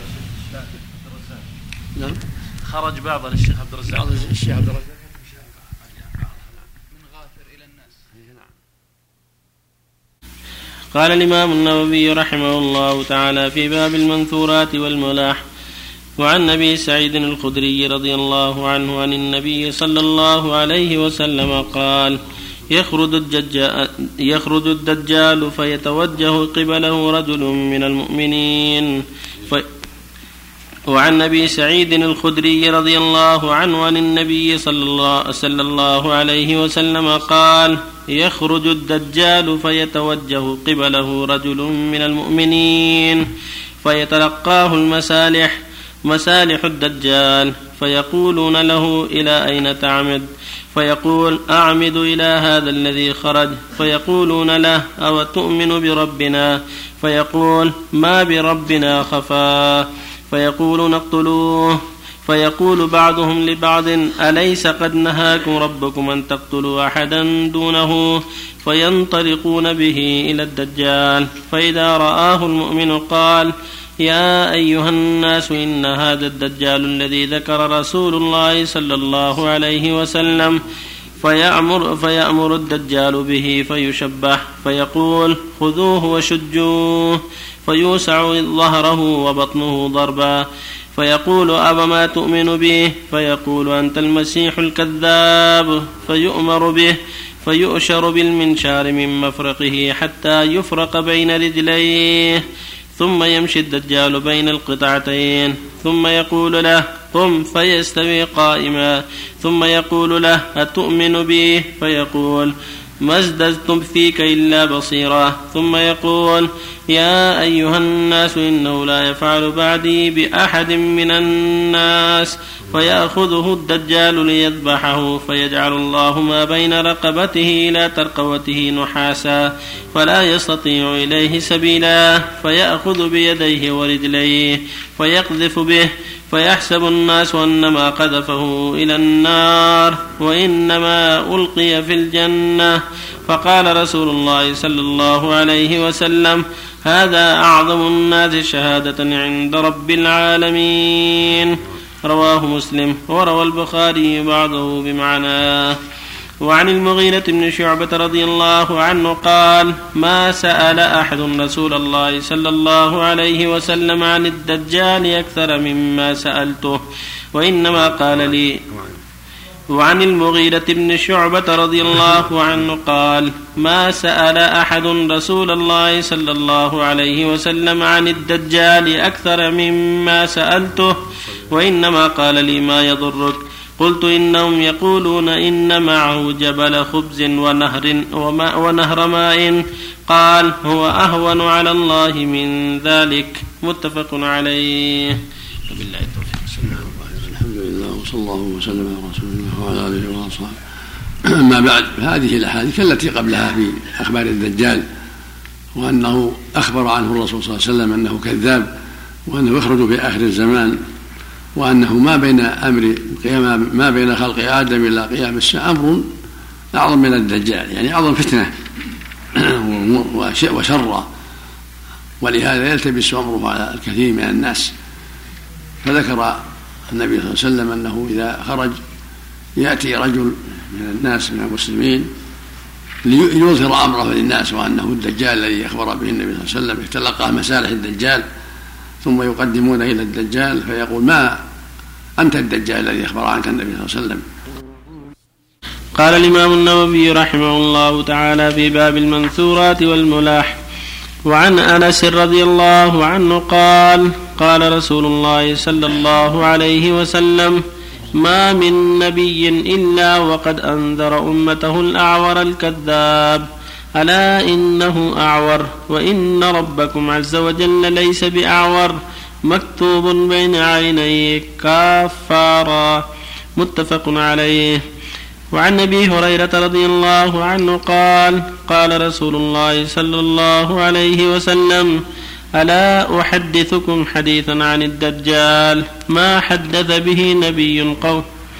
نعم. خرج بعض الشيخ عبد الرزاق. بعض الشيخ عبد الرزاق من غافر إلى الناس. قال الإمام النووي رحمه الله تعالى في باب المنثورات والملاح: وعن أبي سعيد الخدري رضي الله عنه عن النبي صلى الله عليه وسلم قال: يخرج الدجال, يخرج الدجال فيتوجه قبله رجل من المؤمنين. في وعن أبي سعيد الخدري رضي الله عنه عن النبي صلى الله, صلى الله عليه وسلم قال: يخرج الدجال فيتوجه قبله رجل من المؤمنين فيتلقاه المسالح مسالح الدجال فيقولون له: إلى أين تعمد؟ فيقول: أعمد إلى هذا الذي خرج. فيقولون له: أو تؤمن بربنا؟ فيقول: ما بربنا خفا. فيقولون: اقتلوه. فيقول بعضهم لبعض: أليس قد نهاكم ربكم أن تقتلوا أحدا دونه؟ فينطلقون به إلى الدجال، فإذا رآه المؤمن قال: يا أيها الناس إن هذا الدجال الذي ذكر رسول الله صلى الله عليه وسلم. فيأمر, فيأمر الدجال به فيشبه فيقول: خذوه وشجوه. فيوسع ظهره وبطنه ضربا. فيقول: أبا ما تؤمن به؟ فيقول: أنت المسيح الكذاب. فيؤمر به فيؤشر بالمنشار من مفرقه حتى يفرق بين رجليه، ثم يمشي الدجال بين القطعتين، ثم يقول له: قم. فيستوي قائما، ثم يقول له: أتؤمن به؟ فيقول: ما ازددتم فيك إلا بصيرا. ثم يقول: يا أيها الناس إنه لا يفعل بعدي بأحد من الناس. فيأخذه الدجال ليذبحه، فيجعل الله ما بين رقبته إلى ترقوته نحاسا فلا يستطيع إليه سبيلا، فيأخذ بيديه ورجليه فيقذف به، فيحسب الناس أنما قذفه إلى النار وإنما ألقي في الجنة. فقال رسول الله صلى الله عليه وسلم: هذا أعظم الناس شهادة عند رب العالمين. رواه مسلم، وروى البخاري بعضه بمعناه. وعن المغيرة بن شعبة رضي الله عنه قال: ما سأل أحد رسول الله صلى الله عليه وسلم عن الدجال أكثر مما سألته، وإنما قال لي. وعن المغيرة بن شعبة رضي الله عنه قال: ما سأل أحد رسول الله صلى الله عليه وسلم عن الدجال أكثر مما سألته، وإنما قال لي: ما يضرك؟ قلت: إنهم يقولون إن معه جبل خبز ونهر, وماء ونهر ماء. قال: هو أهون على الله من ذلك. متفق عليه. وبالله التوفيق. الحمد لله وصلى الله وسلم على رسول الله وعلى آله وصحبه. أما بعد، هذه الأحاديث التي قبلها في أخبار الدجال، وأنه أخبر عنه الرسول صلى الله عليه وسلم أنه كذاب وأنه يخرج في آخر الزمان وأنه ما بين أمر قيام ما بين خلق آدم إلى قيام الساعة أمر أعظم من الدجال، يعني أعظم فتنة وشر، ولهذا يلتبس أمره على الكثير من الناس. فذكر النبي صلى الله عليه وسلم أنه إذا خرج يأتي رجل من الناس من المسلمين ليظهر أمره للناس وأنه الدجال الذي أخبر به النبي صلى الله عليه وسلم، يتلقى مسالح الدجال ثم يقدمون إلى الدجال فيقول: ما أنت الدجال الذي أخبر عنك النبي صلى الله عليه وسلم. قال الإمام النووي رحمه الله تعالى في باب المنثورات والملاح: وعن أنس رضي الله عنه قال: قال رسول الله صلى الله عليه وسلم: ما من نبي إلا وقد أنذر أمته الأعور الكذاب، ألا إنه أعور، وإن ربكم عز وجل ليس بأعور، مكتوب بين عينيه كافارا، متفق عليه. وعن أبي هريرة رضي الله عنه قال: قال رسول الله صلى الله عليه وسلم: ألا أحدثكم حديثا عن الدجال ما حدث به نبي قوم.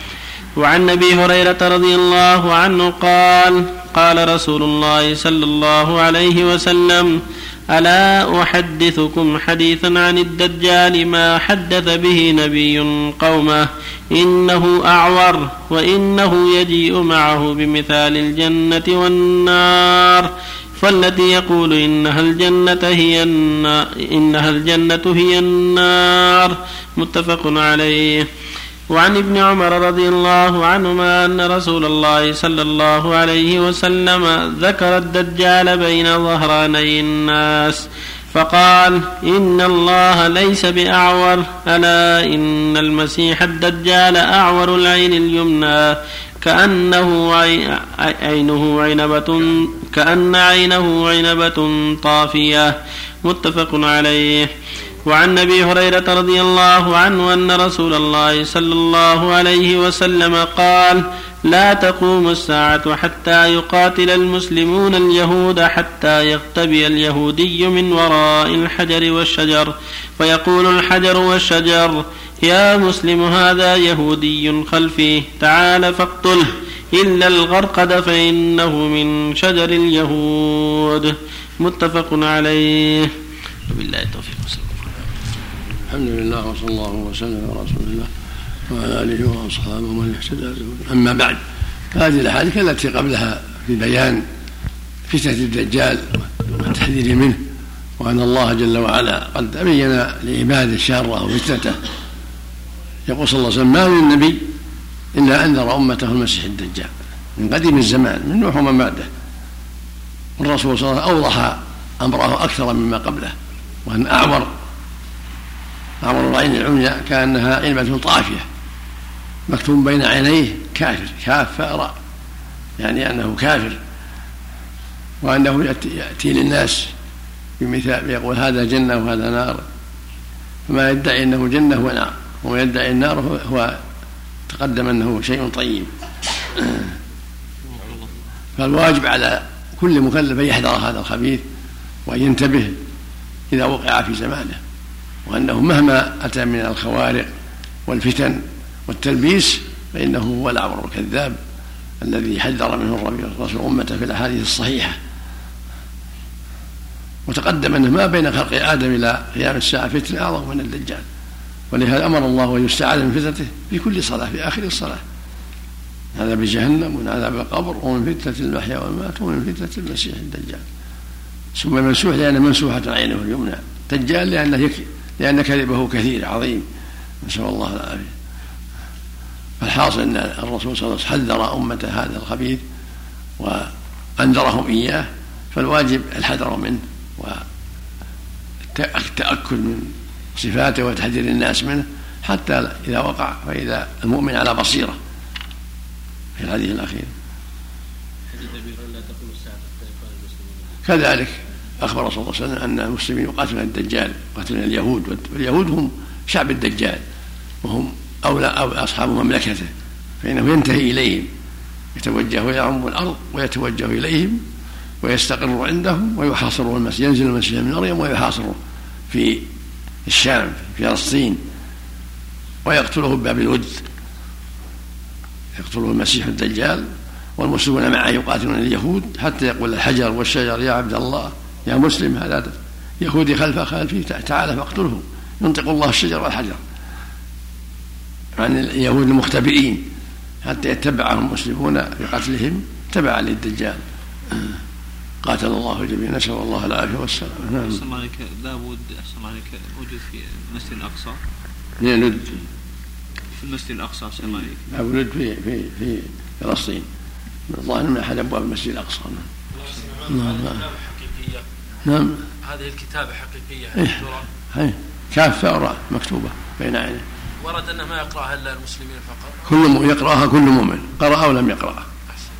وعن أبي هريرة رضي الله عنه قال: قال رسول الله صلى الله عليه وسلم: ألا أحدثكم حديثا عن الدجال ما حدث به نبي قومه، إنه أعور، وإنه يجيء معه بمثال الجنة والنار، فالتي يقول إنها الجنة هي النار, إنها الجنة هي النار، متفق عليه. وعن ابن عمر رضي الله عنهما أن رسول الله صلى الله عليه وسلم ذكر الدجال بين ظهراني الناس فقال: إن الله ليس بأعور، ألا إن المسيح الدجال أعور العين اليمنى كأنه عينه عنبة كأن عينه عنبة طافية، متفق عليه. وعن أبي هريرة رضي الله عنه أن رسول الله صلى الله عليه وسلم قال: لا تقوم الساعة حتى يقاتل المسلمون اليهود حتى يختبئ اليهودي من وراء الحجر والشجر، فيقول الحجر والشجر: يا مسلم هذا يهودي خلفي، تعال فاقتله، إلا الغرقد فإنه من شجر اليهود، متفق عليه. وبالله التوفيق. الحمد لله وصلى الله وسلم على رسول الله وعلى آله وأصحابه ومن اهتدى. أما بعد، فهذه الأحاديث التي قبلها في بيان فتنة الدجال والتحذير منه، وأن الله جل وعلا قد بين لعباده شره وفتنته. يقول صلى الله عليه وسلم: ما من نبي إلا أنذر أمته المسيح الدجال من قديم الزمان، من نوح ومن بعده. والرسول صلى الله عليه وسلم أوضح أمره أكثر مما قبله، وأن أعور أعور العين العمياء كأنها عنبة طافية، مكتوب بين عينيه كافر، كافر يعني أنه كافر، وأنه يأتي للناس بمثال يقول هذا جنة وهذا نار، فما يدعي أنه جنة ونار، وما يدعي النار هو تقدم أنه شيء طيب. فالواجب على كل مكلف أن يحذر هذا الخبيث وأن ينتبه إذا وقع في زمانه، وأنه مهما أتى من الخوارق والفتن والتلبيس فإنه هو الأعور الكذاب الذي حذر منه الرسول أمته في الأحاديث الصحيحة. وتقدم أنه ما بين خلق آدم إلى قيام الساعة فتنة أعظم من الدجال، ولهذا أمر الله أن يستعاذ من فتنته في كل صلاة، في آخر الصلاة: هذا بجهنم، ومن عذاب القبر، ومن فتنة المحيا والممات، ومن فتنة المسيح الدجال. ثم منسوح لأن منسوحة عينه اليمنى، دجال لأنه يكفي لأن كذبه كثير عظيم، نسأل الله العافية. فالحاصل أن الرسول صلى الله عليه وسلم حذر أمته هذا الخبيث وأنذرهم إياه، فالواجب الحذر منه والتأكد من صفاته وتحذير الناس منه، حتى إذا وقع فإذا المؤمن على بصيرة. في الحديث الأخير كذلك أخبر صلى الله عليه وسلم أن المسلمين يقاتلون الدجال، يقاتلون اليهود، واليهود هم شعب الدجال وهم أولى أو أصحاب مملكته، فإنه ينتهي إليهم، يتوجه ويعم الأرض ويتوجه إليهم ويستقر عندهم ويحاصره المسيح، ينزل المسيح من مريم ويحاصره في الشام في فلسطين، ويقتله بباب الود، يقتله المسيح الدجال والمسلمون معه يقاتلون اليهود حتى يقول الحجر والشجر يا عبد الله يا مسلم هذا يهودي خلف خلفي تعالى فاقتله، ينطق الله الشجر والحجر عن اليهود المختبئين حتى يتبعهم المسلمون في قتلهم تبعا للدجال. قاتل الله الجميع، نسأل الله العافية والسلام. نعم. أحسن الله عليك، لابد أحسن الله عليك وجود في المسجد الأقصى. ند في المسجد الأقصى أحسن الله عليك. لابد في في في فلسطين، الظاهر من أحد أبواب المسجد الأقصى. نعم. نعم. هذه الكتابة حقيقية. إيه. كافة وراء مكتوبة بين عينيه. ورد أنه ما يقرأها إلا المسلمين فقط. كل يقرأها كل مؤمن، قرأ أو لم يقرأها.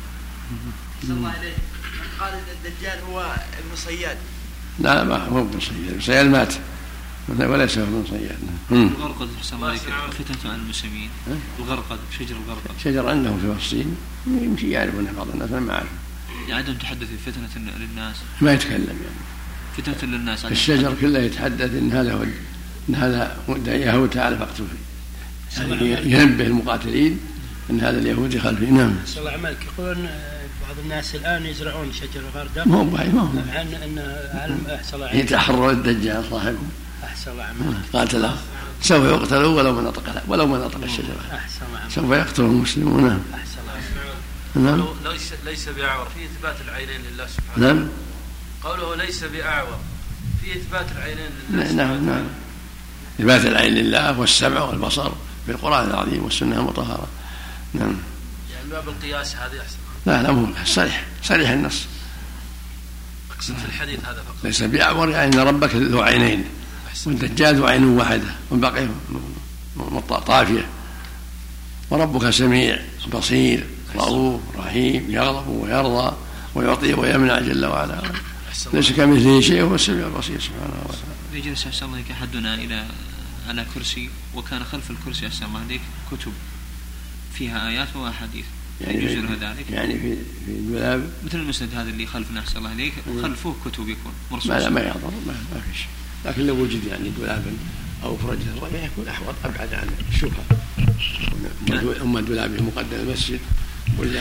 صلى الله عليه من قال الدجال هو ابن صياد. لا ما هو ابن صياد، ابن صياد مات وليس هو ابن صياد. الغرقد أحسن الله عليك فتنة عن المسلمين. الغرقد شجر الغرقد شجر عندهم في فلسطين يمكن يعرفونه بعض الناس، أنا ما أعرف. يعني عندهم تحدث في فتنة للناس، ما يتكلم يعني فتنة للناس. الشجر كله يتحدث إن هذا هو إن هذا يهود تعالى فاقتله فيه، يعني ينبه المقاتلين إن هذا اليهودي خلفي. نعم. صلى الله عليك. يقولون بعض الناس الآن يزرعون شجر الغردة. ما هو بعيد، ما هو عن أن أحسن الله يتحرر الدجال صاحبهم. أحسن الله عملك. قاتله سوف يقتلوا ولو ما نطق ولو ما نطق الشجرة. أحسن الله عملك. سوف يقتلهم المسلمون. نعم. أحسن الله. نعم. ليس ليس بأعور في إثبات العينين لله سبحانه. نعم. قوله ليس بأعور في إثبات العينين لله. نعم نعم. إثبات العين لله والسمع والبصر في القرآن العظيم والسنة المطهرة. نعم. يعني باب القياس هذه أحسن. لا لا مو صريح صريح النص. أقصد في الحديث هذا فقط. ليس بأعور يعني أن ربك ذو عينين والدجال ذو عين واحدة والباقي طافية، وربك سميع بصير رؤوف رحيم يغضب ويرضى ويعطي ويمنع جل وعلا، ليس كمثله شيء وهو السميع البصير سبحانه وتعالى. يجلس أحسن الله أحدنا إلى على كرسي وكان خلف الكرسي أحسن الله عليك كتب فيها آيات وأحاديث، يعني يجوز له ذلك يعني في في الدولاب مثل المسند هذا اللي خلفنا أحسن الله عليك وخلفه كتب يكون مرصوص. ما لا ما يضر ما, ما في شيء، لكن لو وجد يعني دولابا أو فرج الربيع يكون أحوط أبعد عن الشبهة. أما الدولاب مقدم المسجد ولا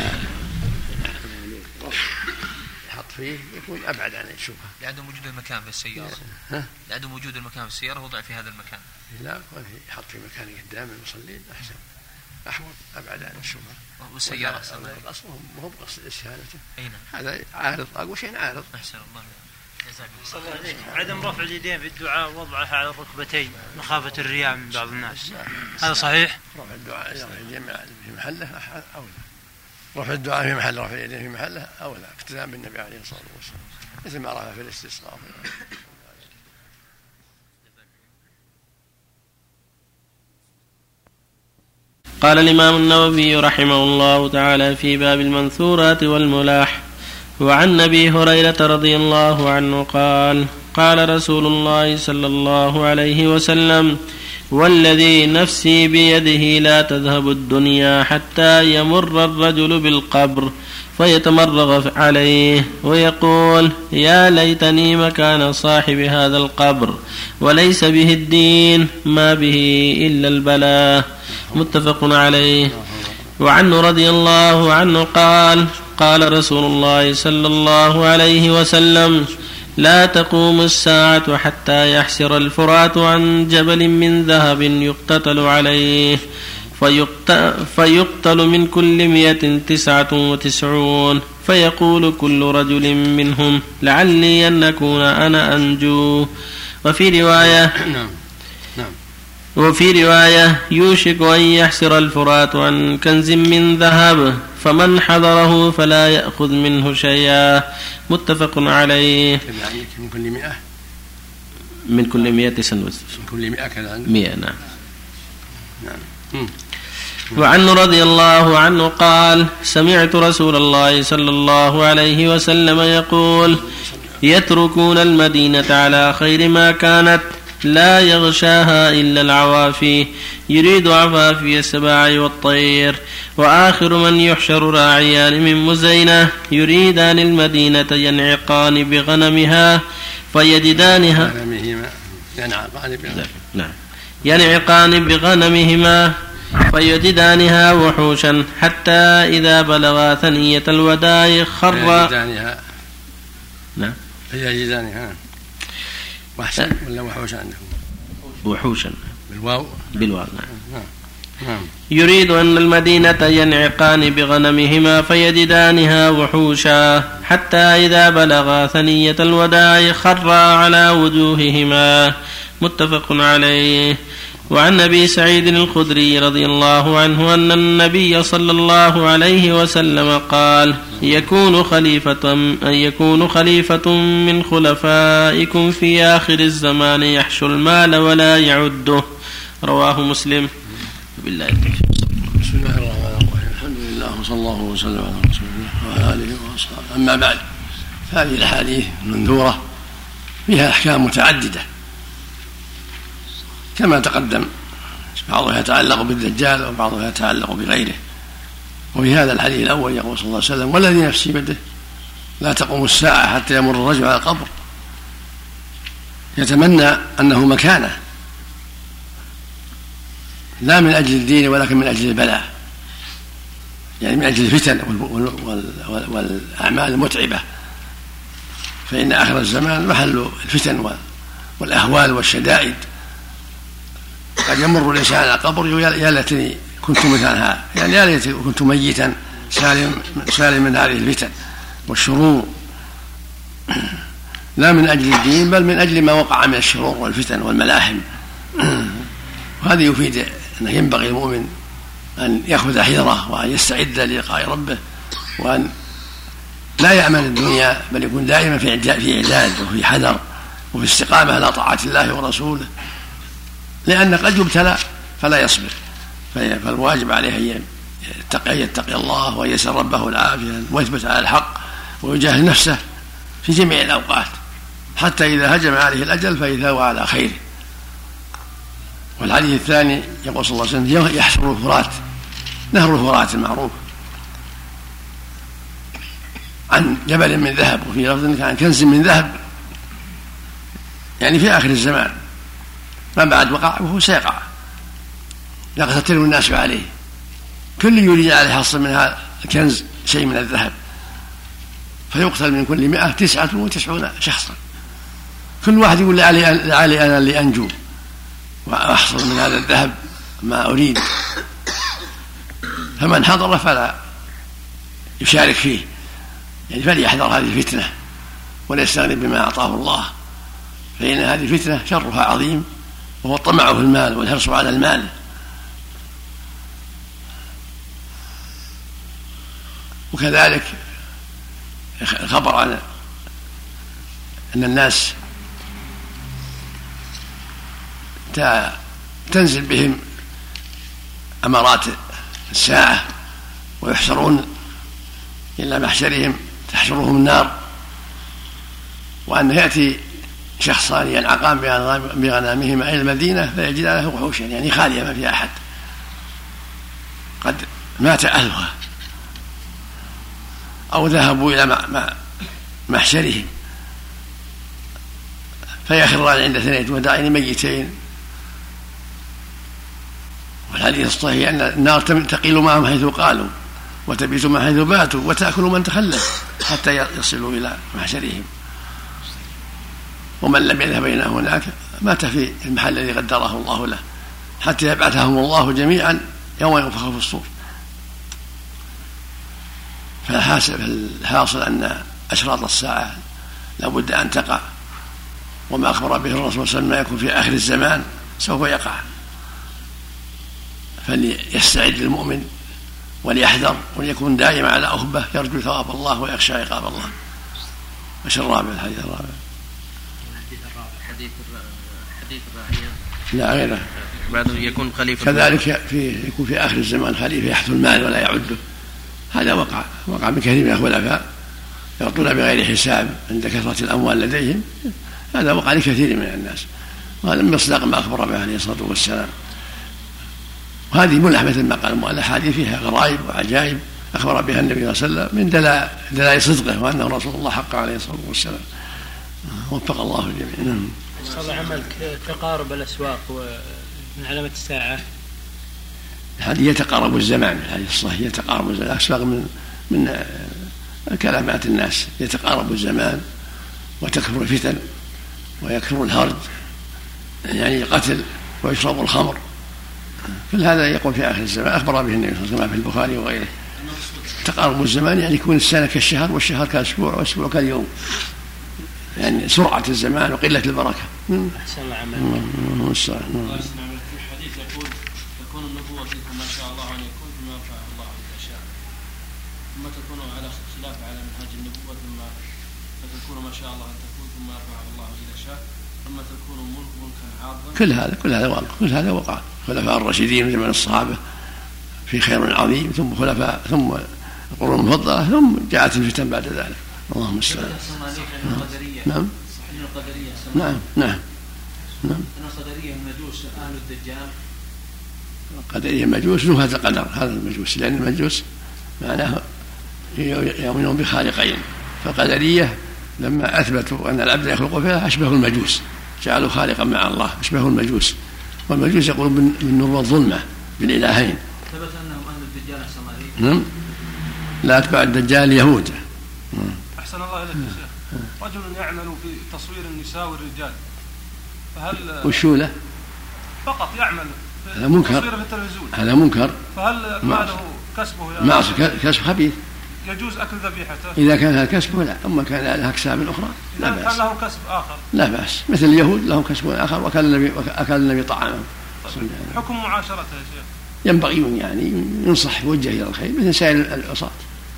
يحط فيه يكون أبعد عن الشبهة. لعدم وجود المكان في السيارة. ها؟ لعدم وجود المكان في السيارة وضع في هذا المكان. لا يحط في مكان قدام المصلين أحسن أحوط أبعد عن الشبهة. والسيارة الأصل مو بقصد إسهالته. أين هذا عارض أقوى شيء عارض. أحسن الله. صلى الله عليه. عدم رفع اليدين في الدعاء ووضعها على الركبتين مخافة الرياء من بعض الناس، هذا صحيح؟ رفع الدعاء رفع اليدين في محله أولى. رفع الدعاء في محل رفع اليدين في محله أولى اقتداء بالنبي عليه الصلاة والسلام مثل ما رفع في الاستسقاء. قال الإمام النووي رحمه الله تعالى في باب المنثورات والملاح: وعن أبي هريرة رضي الله عنه قال: قال رسول الله صلى الله عليه وسلم: والذي نفسي بيده لا تذهب الدنيا حتى يمر الرجل بالقبر فيتمرغ عليه ويقول: يا ليتني مكان صاحب هذا القبر، وليس به الدين ما به إلا البلاء. متفق عليه. وعنه رضي الله عنه قال: قال رسول الله صلى الله عليه وسلم: لا تقوم الساعة حتى يحسر الفرات عن جبل من ذهب يقتتل عليه فيقتل من كل مئة تسعة وتسعون، فيقول كل رجل منهم: لعلي أن أكون أنا أنجو. وفي رواية وفي رواية يوشك أن يحسر الفرات عن كنز من ذهب فمن حضره فلا يأخذ منه شيئا. متفق عليه. من كل مئة من كل مئة سنة من كل مئة كذا مئة. نعم. نعم. وعنه رضي الله عنه قال: سمعت رسول الله صلى الله عليه وسلم يقول: يتركون المدينة على خير ما كانت لا يغشاها إلا العوافي، يريد عفافي السباع والطير، وآخر من يحشر راعيان من مزينة يريدان المدينة ينعقان بغنمها فيجدانها نعم ينعقان بغنمهما فيجدانها وحوشا حتى إذا بلغا ثنية الوداع خرا يجدانها نعم يجدانها وحشا ولا وحوشا عندكم وحوشا بالواو بالواو نعم. نعم. يريد أن المدينة ينعقان بغنمهما فيجدانها وحوشا حتى إذا بلغا ثنية الوداع خرا على وجوههما. متفق عليه. وعن أبي سعيد الخدري رضي الله عنه أن النبي صلى الله عليه وسلم قال يكون خليفة, أن يكون خليفة من خلفائكم في آخر الزمان يحشو المال ولا يعده. رواه مسلم. بالله التوفيق. بسم الله الرحمن الرحيم. الحمد لله وصلى الله وسلم على رسول الله وعلى آله وأصحابه. أما بعد، هذه الأحاديث المنذورة فيها أحكام متعددة كما تقدم، بعضها يتعلق بالدجال وبعضها يتعلق بغيره. وفي هذا الحديث الأول يقول صلى الله عليه وسلم والذي نفسي بيده لا تقوم الساعة حتى يمر الرجل على القبر يتمنى أنه مكانه، لا من أجل الدين ولكن من أجل البلاء، يعني من أجل الفتن والأعمال المتعبة، فإن آخر الزمان محل الفتن والأهوال والشدائد. قد يمر الإنسان على قبر يا ليتني كنت مثلها، يعني يا ليتني كنت ميتا سالم سالم من هذه الفتن والشرور، لا من أجل الدين بل من أجل ما وقع من الشرور والفتن والملاحم. وهذا يفيد أنه ينبغي المؤمن أن يأخذ حذره وأن يستعد للقاء ربه، وأن لا يأمن الدنيا بل يكون دائما في إعداد وفي حذر وفي استقامة على طاعة الله ورسوله، لأن قد يبتلى فلا يصبر، فالواجب عليه أن يتقي الله وأن يسأل ربه العافية ويثبت على الحق ويجاهد نفسه في جميع الأوقات حتى إذا هجم عليه الأجل فإذا هو على خير. والحديث الثاني يقول صلى الله عليه وسلم يحشر الفرات، نهر الفرات المعروف، عن جبل من ذهب، وفي لفظ عن كنز من ذهب، يعني في آخر الزمان ما بعد وقع وهو سيقع يقتتل الناس عليه، كل يريد عليه حصل من هذا الكنز شيء من الذهب، فيقتل من كل مئة تسعة وتسعون شخصا، كل واحد يقول لعلي أنا اللي أنجو وأحصل من هذا الذهب ما أريد، فمن حضر فلا يشارك فيه، يعني فليحذر هذه الفتنة ولا يستغني بما أعطاه الله، فإن هذه الفتنة شرها عظيم وهو الطمع في المال والحرص على المال. وكذلك الخبر عن أن الناس تنزل بهم أمارات الساعة ويحشرون إلى محشرهم تحشرهم النار، وأن يأتي شخصان ينعقان بغنامهما إلى المدينة فيجد له وحوشا، يعني خالية ما فيها أحد، قد مات أهلها أو ذهبوا إلى محشرهم فيخران عند ثنية وداعين ميتين. والحديث الصحيح أن النار تقيل معهم حيث قالوا وتبيت من حيث باتوا وتأكل من تخلف حتى يصلوا إلى محشرهم، ومن لم يذهب إلى هناك مات في المحل الذي قدره الله له حتى يبعثهم الله جميعا يوم ينفخ في الصور. فالحاصل أن أشراط الساعة لابد أن تقع، وما أخبر به الرسول صلى الله عليه وسلم ما يكون في آخر الزمان سوف يقع، فليستعد المؤمن وليحذر وليكون دائما على أهبة يرجو ثواب الله ويخشى عقاب الله. وش الرابع؟ الحديث الرابع حديث حديث الرعية لا غيره بعد يكون خليفة كذلك في يكون في آخر الزمان خليفة يحث المال ولا يعده، هذا وقع وقع من كثير من الخلفاء يعطون بغير حساب عند كثرة الأموال لديهم، هذا وقع لكثير من الناس، وهذا من مصداق ما أخبر به عليه الصلاة والسلام. وهذه ملحمة ما قال الأحاديث فيها غرائب وعجائب أخبر بها النبي صلى الله عليه وسلم من دلائل صدقه وأنه رسول الله حق عليه الصلاة والسلام. وفق الله الجميع. صلى عمل تقارب الأسواق من علامة الساعة هذه يتقارب الزمان، الحديث الصحيح يتقارب الزمان أسبق من من كلامات الناس، يتقارب الزمان وتكثر الفتن ويكثر الهرج، يعني قتل ويشرب الخمر، كل هذا يقول في آخر الزمان. أخبر به النبي صلى الله عليه وسلم في البخاري وغيره. تقارب الزمان يعني يكون السنة كالشهر والشهر كالأسبوع والأسبوع كاليوم، يعني سرعة الزمان وقلة البركة. أحسن الله عمل. في الحديث يقول تكون النبوة فيكم ما شاء الله أن يكون ثم يرفع الله إذا شاء، ثم تكون على خلاف على منهاج النبوة، ثم فتكون ما شاء الله أن تكون ثم يرفع الله إذا شاء، ثم تكون ملك ملكا عاظما. كل هذا كل هذا واقع، كل هذا وقع. خلفاء الراشدين من زمن الصحابة في خير عظيم، ثم خلفاء ثم القرون المفضلة، ثم جاءت الفتن بعد ذلك. اللهم صل على نعم نعم نعم نعم. القدرية المجوس أهل الدجال. القدرية المجوس له هذا القدر، هذا المجوس، لأن المجوس معناه يؤمنون بخالقين، فالقدرية لما أثبتوا أن العبد يخلق فيها أشبه المجوس، جعلوا خالقا مع الله أشبه المجوس، والمجوس يقولون بالنور والظلمة بالإلهين. ثبت أنهم أهل الدجال أحسن الله عليك. نعم. لا أتبع الدجال يهود. أحسن الله إليك يا شيخ. رجل يعمل في تصوير النساء والرجال، فهل وشو له؟ فقط يعمل في هذا منكر، تصوير في التلفزيون، هذا منكر. فهل ما له كسبه يعني معصي كسب خبيث؟ يجوز أكل ذبيحته إذا كان هذا كسبه لا، أما كان لها أكساب أخرى لا بأس. كان له كسب آخر لا بأس، مثل اليهود لهم كسب آخر، وكان النبي أكل النبي طعامهم. حكم معاشرته يا شيخ؟ ينبغي يعني ينصح يوجه إلى الخير مثل سائر العصاة،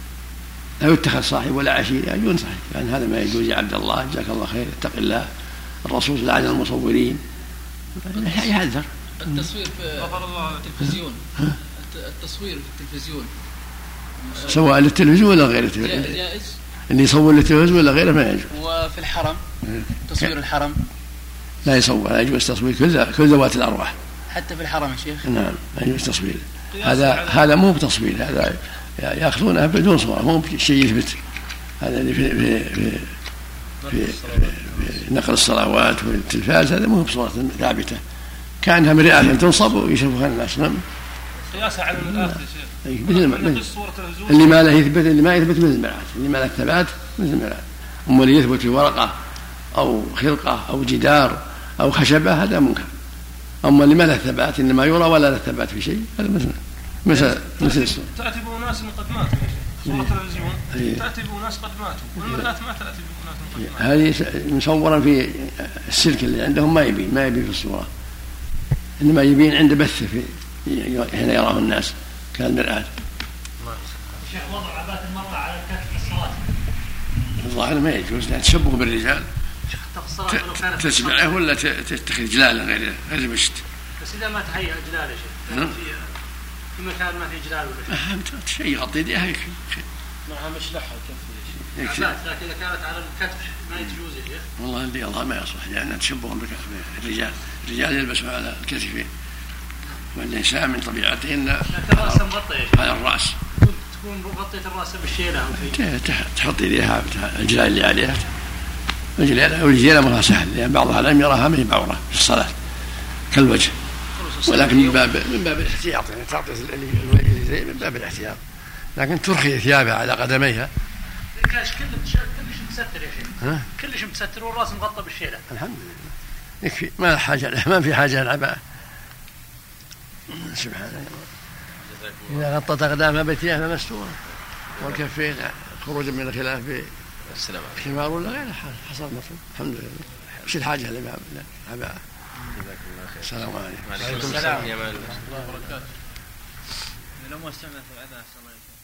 لا يتخذ صاحب ولا عشير، يعني ينصح يعني هذا ما يجوز يا عبد الله جزاك الله خير اتق الله، الرسول لعن المصورين، يحذر. التصوير في التلفزيون، التصوير في التلفزيون سواء للتلفزيون ولا غير التلفزيون، جائز. اللي يصور للتلفزيون ولا غيره ما يجوز. وفي الحرم تصوير الحرم لا يصور، لا يجوز تصوير كل كل ذوات الأرواح حتى في الحرم يا شيخ. نعم لا يجوز تصوير، هذا هذا مو بتصوير، هذا يأخذونها بدون صورة، مو شيء يثبت. هذا اللي في في في, في, في, في نقل الصلوات والتلفاز هذا مو بصورة ثابتة، كأنها مرآة تنصب ويشوفها الناس. نعم. قياسها على المرآة يا شيخ. مثل ما اللي ما له يثبت، اللي ما يثبت مثل المرآة، اللي ما له ثبات مثل المرآة. أما اللي يثبت في ورقة أو خرقة أو جدار أو خشبة هذا منكر. أما اللي ما له ثبات إنما يرى ولا له ثبات في شيء هذا مثل مثل مثل الصورة. تأتي بأناس قد ماتوا صورة تلفزيون، تأتي بأناس قد ماتوا، والمرآة ما تأتي بأناس قد ماتوا. هذه مصورا في السلك اللي عندهم ما يبين ما يبين في الصورة، إنما يبين عند بث في هنا يراه الناس كالمرآة. شيخ وضع عباءة المرأة على الكتف في الصلاة الظاهر ما يجوز، لأن تشبه بالرجال، تتبعه ولا تتخذ جلاله غير غير المشت. بس إذا ما تهيأ جلاله شيخ في مكان ما في جلال ولا شيء شيء يغطي يديها يكفي. معها مشلحة يكفي. عباءة لكن إذا كانت على الكتف ما يجوز يا شيخ. والله اللي الله ما يصلح، لأنها تشبه بالرجال، الرجال يلبسوا على الكتفين والنساء من طبيعتهن لكن رأسه مغطى يا شيخ. على الرأس تكون غطيت الرأس بالشيلة أو شيء. تحط يديها الجلال اللي عليها، الجلال والجلال أمرها سهل، لأن بعضها لم يراها من بعورة في الصلاة كالوجه، ولكن من باب من باب الاحتياط، يعني تعطي الوجه من باب الاحتياط، لكن ترخي ثيابها على قدميها. الكاش كلش كلش مستر يا شيخ، كلش مستر والراس مغطى بالشيلة. الحمد لله يكفي، ما حاجة ما في حاجة العباءة. سبحان الله. إذا غطت أقدامها بثيابها مستورة والكفين خروجا من الخلاف بخمار ولا غيره حصل مطلوب. الحمد لله. وش الحاجة للعباءة؟ السلام عليكم. وعليكم السلام يا مان الله وبركاته. لو ما استعملت العباءة